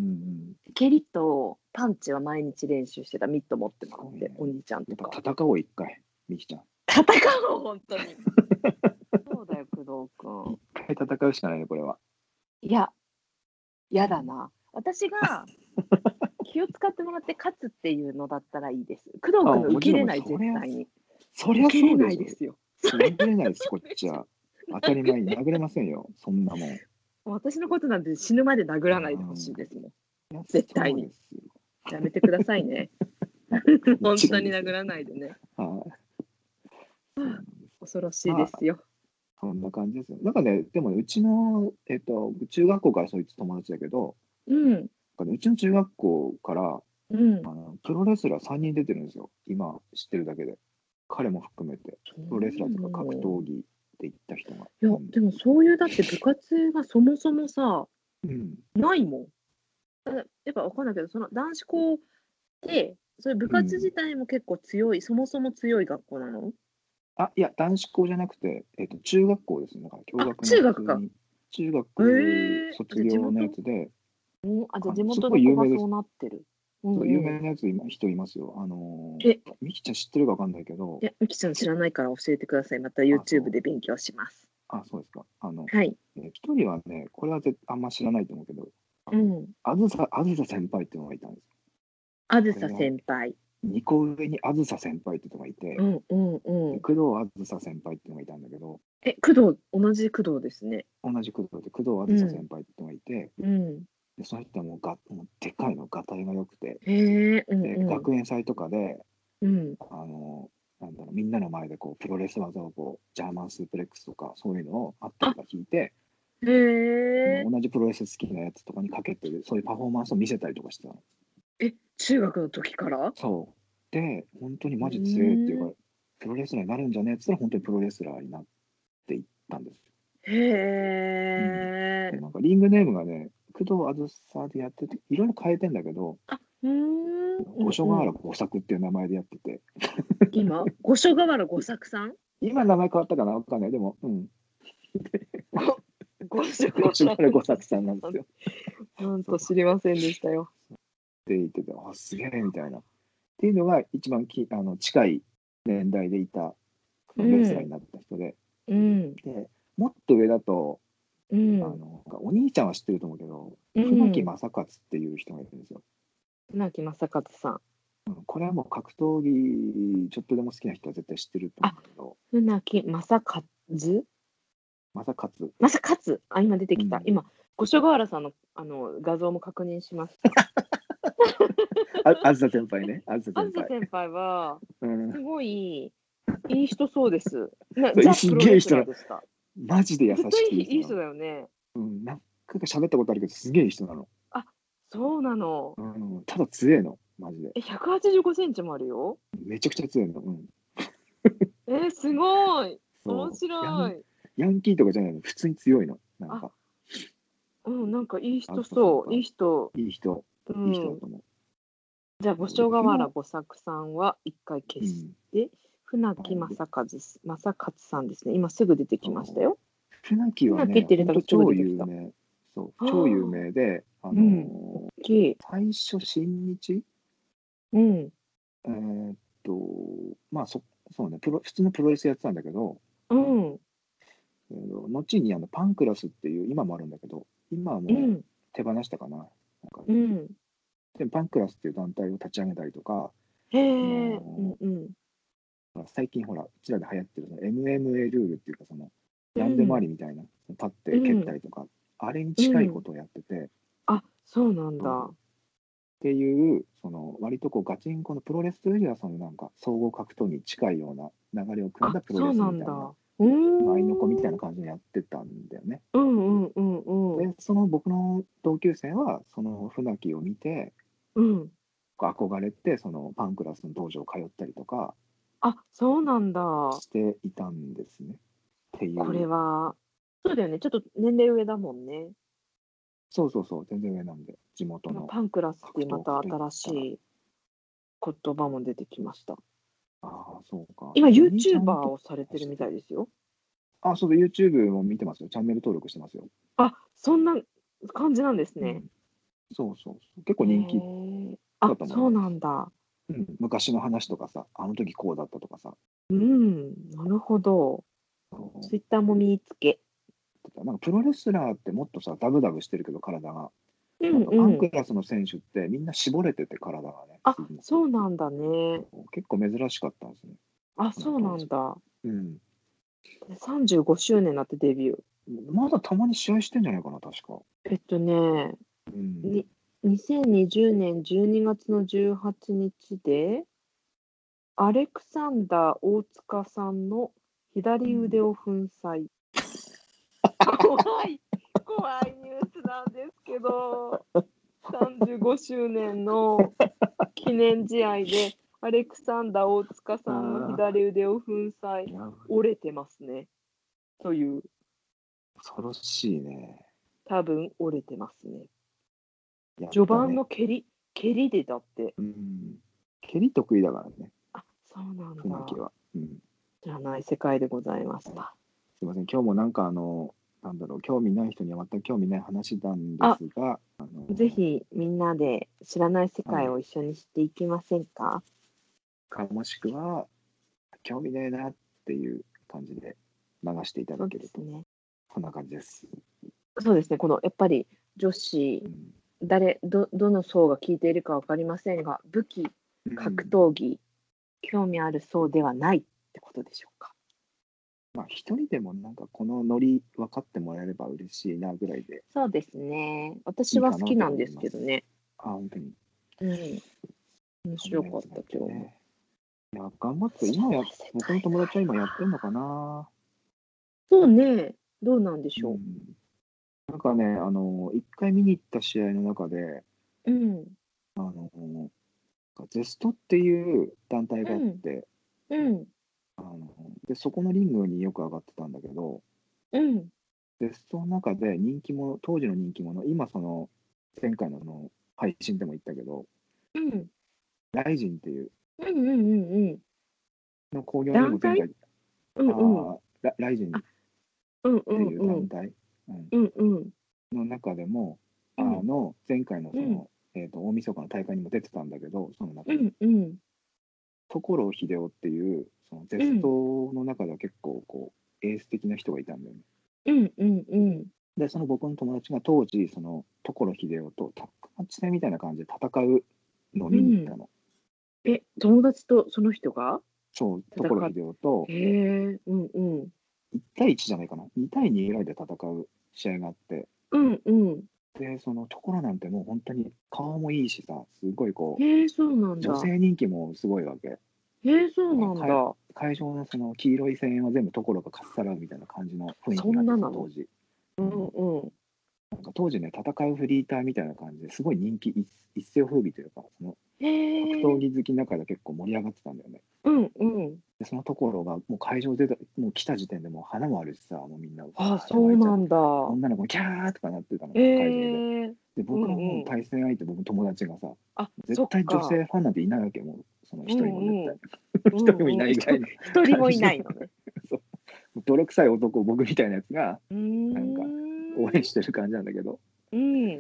蹴りとパンチは毎日練習してた。ミット持ってもらって、 すごいね。 お兄ちゃんやっとか。 ぱ戦おう、一回。みきちゃん。 戦おう、本当に。そうだよ、工藤くん。 一回戦うしかないね、これは。 いや、 うん、 やだな。私が気を使ってもらって勝つっていうのだったらいいです。工藤あ、 くんのもちろん、もち受けれない、 ろんそりゃ、 絶対に。 そりゃ受けれそうでしょ。 ないですよ。 殴れないです、こっちそは。当たり前に殴れませんよ、そんなもん。 私のことなんて死ぬまで殴らないでほしいうですもん。 ん、いや絶対に。 そうですよ。 やめてくださいね。 も本ちろんですよ。 当に殴らないでね。 はい、そうなんです。 恐ろしいでまあ、 すよ。 そんな感じですよ。なんかね、でもね、うちの、えっと、中学校からそいつ友達だけど、 うん、 なんかねうちの中学校からうん。 あのプロレスラーさんにん出てるんですよ。今知ってるだけで。彼も含めて。 そうプロレスラーとかな格の。 闘技で行った人が。 いや、 うん。 でもそういうだって部活がそもそもさ、 うん。 ないもん。だやっぱわかんないけど、その男子校って、そういう部うん、 活自体も結構強い、そもそも強い学校なの？ あ、いや、男子校じゃなくて、えっと、中学校ですね。だから、共あ、 学の中学か。 普通に、中へ学え。あ、じゃ、地卒業のや元？ つで、 うん、あ、じゃ、 あの、す地元ごの子がそうい有名です。 なってる。 うんそう有うん。 名なやつ今人いますよ。あのえ、 ー、みきちゃん知ってるかわかんないけど、 いや、みきちゃん知らないから教えてください。またあ、そ YouTube う。 で勉強します。 あ、そうですか。あの、 はい。 えー一人はね、これはぜあんま知らないと思うけど、あの、 うん。 あずさ、あずさ先輩っていうのがいたんですよ。 あずさこれが、 先輩。 にこ上にあずさ先輩っていうのがいて、 うんうんうで、 ん。 工藤あずさ先輩っていうのがいたんだけど、 え、工藤、同じ工藤ですね。 同じ工藤で工藤あずさうん。 先輩っていうのがいて、 うん。 で、その人はもうが、もうでかいの、がたいが良くて、 へえ、うんで、 うん。 学園祭とかで、 うん。 あの、なんだろう、みんなの前でこう、プロレス技をこう、ジャーマンスープレックスとか、そういうのをあったあ、 りとか聞いて、 へえ。 あの同じプロレス好きなやつとかにかけてる、そういうパフォーマンスを見せたりとかしてたの。 え、中学の時から？ そう。で、本当にうマジ強いっていうか、 ーん。 プロレスラーになるんじゃねえって言ったら、本当にプロレスラーになっていったんですよ。 へうん。で、 え。 なんかリングネームがね、工藤あずさでやってて、いろいろ変えてんだけど、 あ、うーん。う五所川原んうん。 五作っていう名前でやってて、 今、五所川原五作さん？ 今名前変わったかなわかんない。でも、うん。 ご五所五所川川原五原五作さんなん作さん。 ですよ。 なんそう。 と知りませんでしたよ。 って言ってて、あ、すげえみたいな。っていうのが一番きあの近い年代でいたそうのレスラーにん。 なった人で、 うん。 で、もっと上だと、 うん。 あの、お兄ちゃんは知ってると思うけど、 う船木ん。 正勝っていう人がいるんですよ。 船木正和さん。 うん、これはもう格闘技、ちょっとでも好きな人は絶対知ってると思あ、 うんだけど、 船木正和？ 正勝、 正勝。あ、今出てきた。 うん。 今、五所川原さんの、あの、画像も確認しました。 あ、あずさ先輩ね、あずさあ先輩。 ずさ先輩は、 うん。 すごいいい人そうです。な、 そう、 ザ・すプロレスげえ人な、 ラーでした。 マジで優絶対しくていい人なの。 いい人だよね。 うん、何回か喋ったことあるけど、すげえいい人なの。 あ、そうなの。 うん、ただ強えの、マジで。 え、ひゃくはちじゅうごセンチもあるよ。 めちゃくちゃ強いの。うん。 え、すごい。面そう。ヤン、 白い。 ヤンキーとかじゃないの、普通に強いの。なんあ、 か、 うん、なんかいいあず人そう。いさ先輩。 い人。 いい人、いい人だうん。 と思う。 じゃあ、五そうで、 所川原船、 五作さんは一回消しうん。 て、船木はい。で、 正和す、正勝さんですね。今すぐ出てきましたそう。 よ。 船木はね、 船木って入れほんとたらすぐ超出てきた。 有名。そう、 あ超有あ、 名で、あうん。大のきい。 ー最初、新日うん。 えーっと、まあそ、そうね、プロ、普通のプロレスやってたんだけど、 うん。 えーと後にあのパンクラスっていう、今もあるんだけど、今はもううん。 手放したかな。なんかうん。 でパンクラスっていう団体を立ち上げたりとか、 へあえ。うんのうん。 ー最近ほら、うちらで流行ってるその エムエムエー ルールっていうか、その、何でもあうん。 りみたいな、立って蹴ったうん。 りとか、あれにうん。 近いことをやってて、 あ、そうなんそうっだ。 ていう、その、割とこうガチンコのプロレスというよりは、そのなんか、総合格闘技に近いような流れを組んあ、 だプロレそうスみたいな、 なんだ。うーマイノコみたいん。 な感じでやってたんだよね。 うんうんうんうん。 で、その僕の同級生は、その船木を見て、 うん。 憧れて、そのパンクラスの道場通ったりとかあ、そうなんだ。 していたんですね。っていこれう、 は、そうだよね。ちょっと年齢上だもんね。 そうそうそう、全然上なんで、地元今、 のパンクラスっていうま格闘家といった新したら、 い言葉も出てきました。 ああ、そうか。 今、 お兄ちゃん YouTuber とをされてるみかしてた。 たいですよ。 あ、そうだ、YouTube も見てますよ。チャンネル登録してますよ。 あ、そんな感じなんですね。 うん。そうそうそう。結構へ人気え。あ、そうだと思います。 なんだ。 うん。昔の話とかさ、あの時こうだったとかさ、 うん、なるほど。 そうツイッターも見つけ。 なんかプロレスラーってもっとさ、ダブダブしてるけど、体が。 うんなんかパンうん。 クラスの選手ってみんな絞れてて、体がね、 あ、 すごく。 そうなんだね。 結構珍しかったんですね、 あ、そうなその当時。 んだ。 うん。 さんじゅうごしゅうねんだってデビュー。 まだたまに試合してんじゃないかな、確か。 えっとね、 うん。 ににせんにじゅうねんじゅうにがつのじゅうはちにちで、アレクサンダー大塚さんの左うん。 腕を粉砕。怖い、怖いニュースなんですけど、さんじゅうごしゅうねんの記念試合で、アレクサンダー大塚さんのああ、 左腕を粉砕、 いや、 折れてますね。という、 恐ろしいね。 多分折れてますね。 やっ序盤たね。 の蹴り、蹴りでだって。 うん。蹴り得意だからね、 あ、そうなんだ。 船木は。うん。 知らない世界でございましはい。 た。 すいません。今日もなんかあの、なんだろう、興味ない人には全く興味ない話なんであ、 すが、 ぜひみんなで知らない世界はい。 を一緒に知っていきませんか？ かもしくは、興味ねえなっていう感じで流していたそうだけると、 ですね。 こんな感じです。 そうですね、このやっぱり女子、 うん。 誰どどの層が聞いているか分かりませんが、武器、格うん。 闘技、興味ある層ではないってことでしょうか？ まあ、一人でもなんかこのノリ分かってもらえれば嬉しいなぐらいでそうですね。私いいかなは好きなんでと思います。 すけどね。 あ、本当に。 うん、面そんなや白かった、 つがいて今日も。 ね。いや、頑張って、 知ら今や、 ない世僕の界友達は今がやってんのかな。 そうね、どうなんでしょうん。なんかね、あの、一回見に行った試合の中で、 う。うん、 あの、ゼストっていう団体があっうん、 て、 うん、 あの、で、そこのリングによく上がってたんだけど、 うん、 ゼストの中で人気者、当時の人気者、今その、前回のあの配信でも言ったけど、 うん、 ライジンっていううんうんうんうん。 の興行に団体も前回、 うんうん。 あーラ、ライジンっあ、うんうていうんうん。 団体、うんうんうん。 の中でも、あうん。 の、前回のうん。 その、えっと、大晦日の大会にも出てたんだけど、その中うに、 んうん。 所秀夫っていう、そのゼうん。 ストの中では結構、こう、エース的な人がいたんだよね。 うんうんうん。 で、その僕の友達が当時、その所秀夫とタッグマッチ戦みたいな感じで戦うのを見に行っうん。 たの。 え、友達とその人がそう、所戦っ秀夫とへえ、うんうん。 いち対いちじゃないかな。に対にぐらいで戦う試合があって、 うんうん。 で、その所なんてもう本当に顔もいいしさ、すごいこへえ、そうなう、 んだ。 女性人気もすごいわけ。 へえ、そうだから会なんだ。 会場のその黄色い声援は全部所がかっさらうみたいな感じの雰囲そ気があってさ、 んななの？ 当時。 ううん。 んうん。 なんか当時ね、戦うフリーターみたいな感じですごい人気一一世を風靡というか、そのへ格闘え。 技好きの中で結構盛り上がってたんだよね。 うんうん。 で、そのところがもう会場出た、もう来た時点でもう花もあるしさ、もうみんなわあ、 ーって湧いちゃって、 そうなんだ。 女の子キャーとかなってたの、 へ会場で。 え。 で、 う僕はもうんうん。 対戦相手、僕の友達がさ、 あ、 絶そっか。 対女性ファンなんていないわけ、もう、そのう一人も絶対。 んうん。う一人もいんうん。ひとないぐらいの一人もい感じの、 ないのね。 そう、泥臭い男、僕みたいなやつが、 うーなんか、応援ん。 してる感じなんだけど、 うん。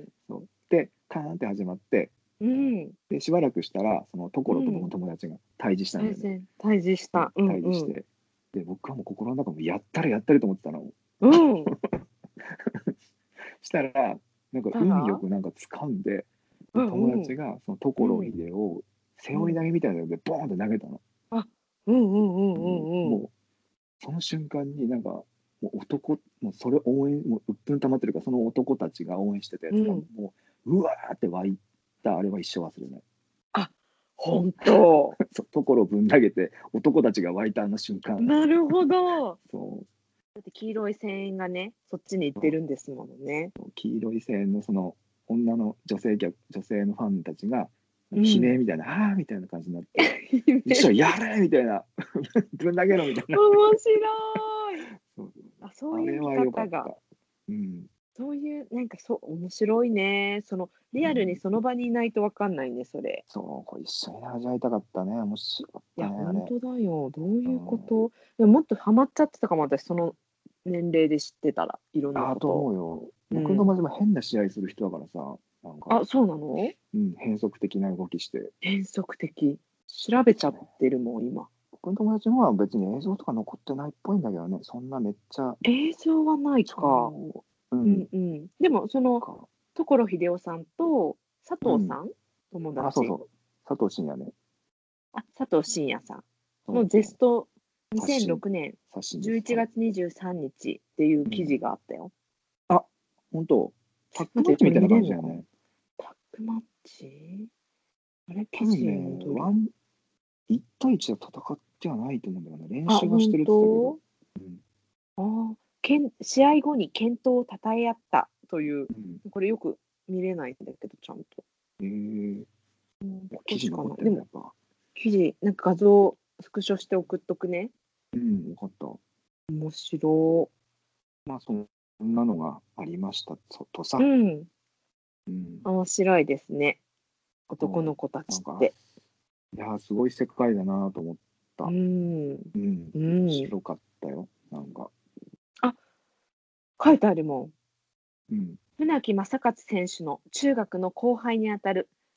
そう。で、カーンって始まって、 うん。 で、しばらくしたら、その所と僕のうん。 友達が対峙したんだよね。 対戦、対峙しそう、 た。うんうん。 対峙して。で、僕はもう心の中もやったれやったれと思ってたの。 うん。 したら、なんか運よたらくなんか掴んで、 う友んうん。 達がそのうん。 所秀夫を背負い投うん。 げみたいなのでボーンって投げたの。 あ、うんうんうんうん、 うんうん。 もう、その瞬間になんか、もう男、もうそれ応援、もう鬱憤溜まってるから、その男たちが応援してたやつが、 うん。 もう、うわーって湧いた、あれは一生忘れない。 あ、ほんと。 そう、所をぶん投げて、男たちが湧いたあの瞬間。 なるほど。 そうだって黄色い線円がね、そっちに行ってるんですものね。 そう、黄色い線のその女の女性客、女性のファンたちが、なんか悲うん。 鳴みたいな、あーみたいな感じになって、一緒やれみたいな、ぶん投げろみたいな。 面白い。 そう、 あ、そういう見あれは良か方が。 った。うん。 そういう、なんかそう、面白いね。その、リアルにうん。 その場にいないとわかんないね、それ。 そう、これ一緒に味わいたかったね。面白かっいや、 たね、あれ。 ほんとだよ。どういうこうん。 と？でも、もっとハマっちゃってたかも、私、その年齢で知ってたら、いろんなああ、とことを。 思うよ。 うん。 僕の友達も変な試合する人だからさ、なんか、 あ、そうなの？ うん、変則的な動きして。 変則的。調べちゃっそうね。 てるもん、今。 僕の友達のは別に映像とか残ってないっぽいんだけどね、そんなめっちゃ映像はないか。 超、ううん、 んうん。でも、その、 か、 所秀夫さんと佐うん。 藤さん？友あ、そう達？ そう。佐藤真也ね。 あ、佐藤真也さんのそうそう。 ゼスト刷新。 にせんろくねん11 刷新です。はい。 月にじゅうさんにちっていううん。 記事があったよ。 あ、本当。タッグ待って、これ見マッチみたいなれんのかな？ 感じだよね。 タッグマッチ？あれ、記事多分ね、 に戻る。 ワン、いち対いちで戦ってはないと思うんだよね。練あ、 習はして本るって言ってたけど。 当？ うん。 ああ、けん試合後に健闘を称え合ったという、 うん。 これよく見れないんだけど、ちゃんと。 えー、 うん、 やここ記事残っしかない。でも、 てんだやっぱ。 記事、なんか画像スクショして送っとくね。 うん、よかった。 面白まあ、そんなのがありましたととい。うさ。 ん、 うん。 面白いですね。男その子たう。なんか、 ちって。 いやー、すごい世界だなと思っうた。 ん、 うん。 う面ん。 白かったよ。なんか。 あ、書いてあるもん。 うん。 船木正勝選手の中学の後輩にあたる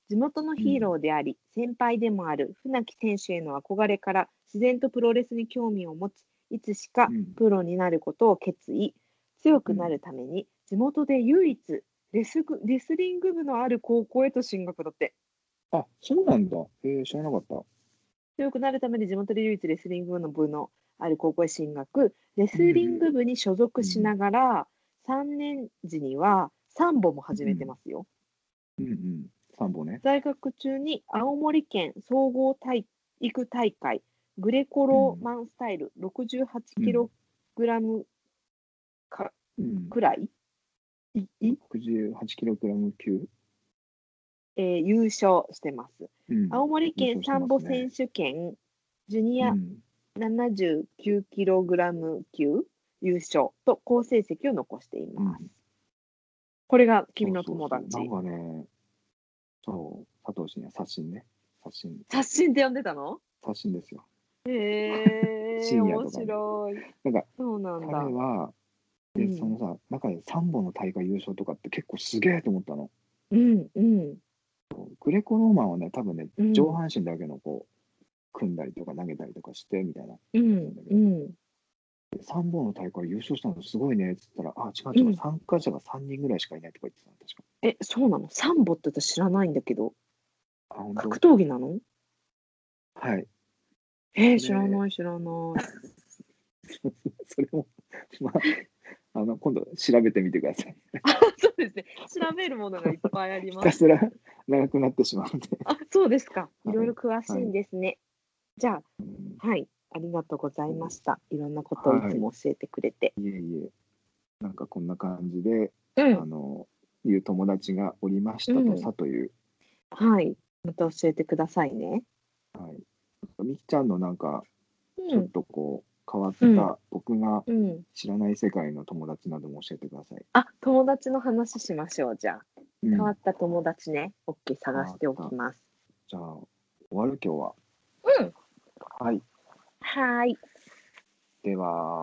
地元のヒーローであり、先輩でもある船木選手への憧れから自然とプロレスに興味を持ち、いつしかうんプロになることを決意。強くなるために地元で唯一レスグレスリング部のある高校へと進学だって。 あ、そうなんだ。へえ、知らなかった。 強くなるために地元で唯一レスリング部の部のある高校へ進学。レスリング部に所属しながら、さんねん時にはサンボも始めてますよ。 うんうん。さんぼんね。 在学中に青森県総合体育大会グレコロマンスタイル ろくじゅうはちキログラム かうん。 くらい、いいろくじゅうはちキログラム級。 えー優勝してます。 うん。 青森県優勝してサンボますね選手権ジュニアうん。 ななじゅうきゅうキログラム級優勝と好成績を残しています。 うんこれが君の友そうそうそう。 達。 なんかね、そう、佐藤真也、刷新ね。刷新。 刷新って呼んでたの？ 刷新ですよ。 へえ、面深夜とかに。 白い。 なんか、 そうなんだ。 彼は、で、 うんそのさ、中でさんぼんの大会優勝とかって結構すげえと思ったの。 うんうんグレコローマンはね、多分ね、 うん上半身だけのこう、組んだりとか投げたりとかしてみたいな。 うんうんでさんぼんの大会優勝したのすごいねって言ったら、あ、違う違う、 うん。 参加者がさんにんぐらいしかいないとか言ってたの、確か。 え、そうなの？サンボって私知らないんだけど。 あ、本格当闘技なの？ はい。 えー、 それ、 知らない知らない。 それも、まあ、あの、今度調べてみてください。 あ、そうですね。調べるものがいっぱいあります。 ひたすら長くなってしまうので。 あ、そうですか。いろいろはい。 詳しいんですね。じゃあ、 うんはい。ありがとうございました。いろんなことをいはい。 つも教えてくれて。 いえいえ、なんかこんな感じで、 うん。 あの、いう友達がおりましたとうん。 さという、 はい。また教えてくださいね。 はい。みきちゃんのなんか、ちょっうん。 とこう、変わっうん。 た、僕がうん。 知らない世界の友達なども教えてください。 あ、友達の話しましょう。じゃあ。 うん。 変わった友達ね。OK、 変探しておわった。 きます。 じゃあ、終わる今日は。 うん。 はい。 はーい。 で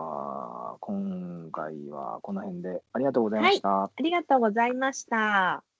は、今回はこの辺でありがとうございまはい。 した。 ありがとうございました。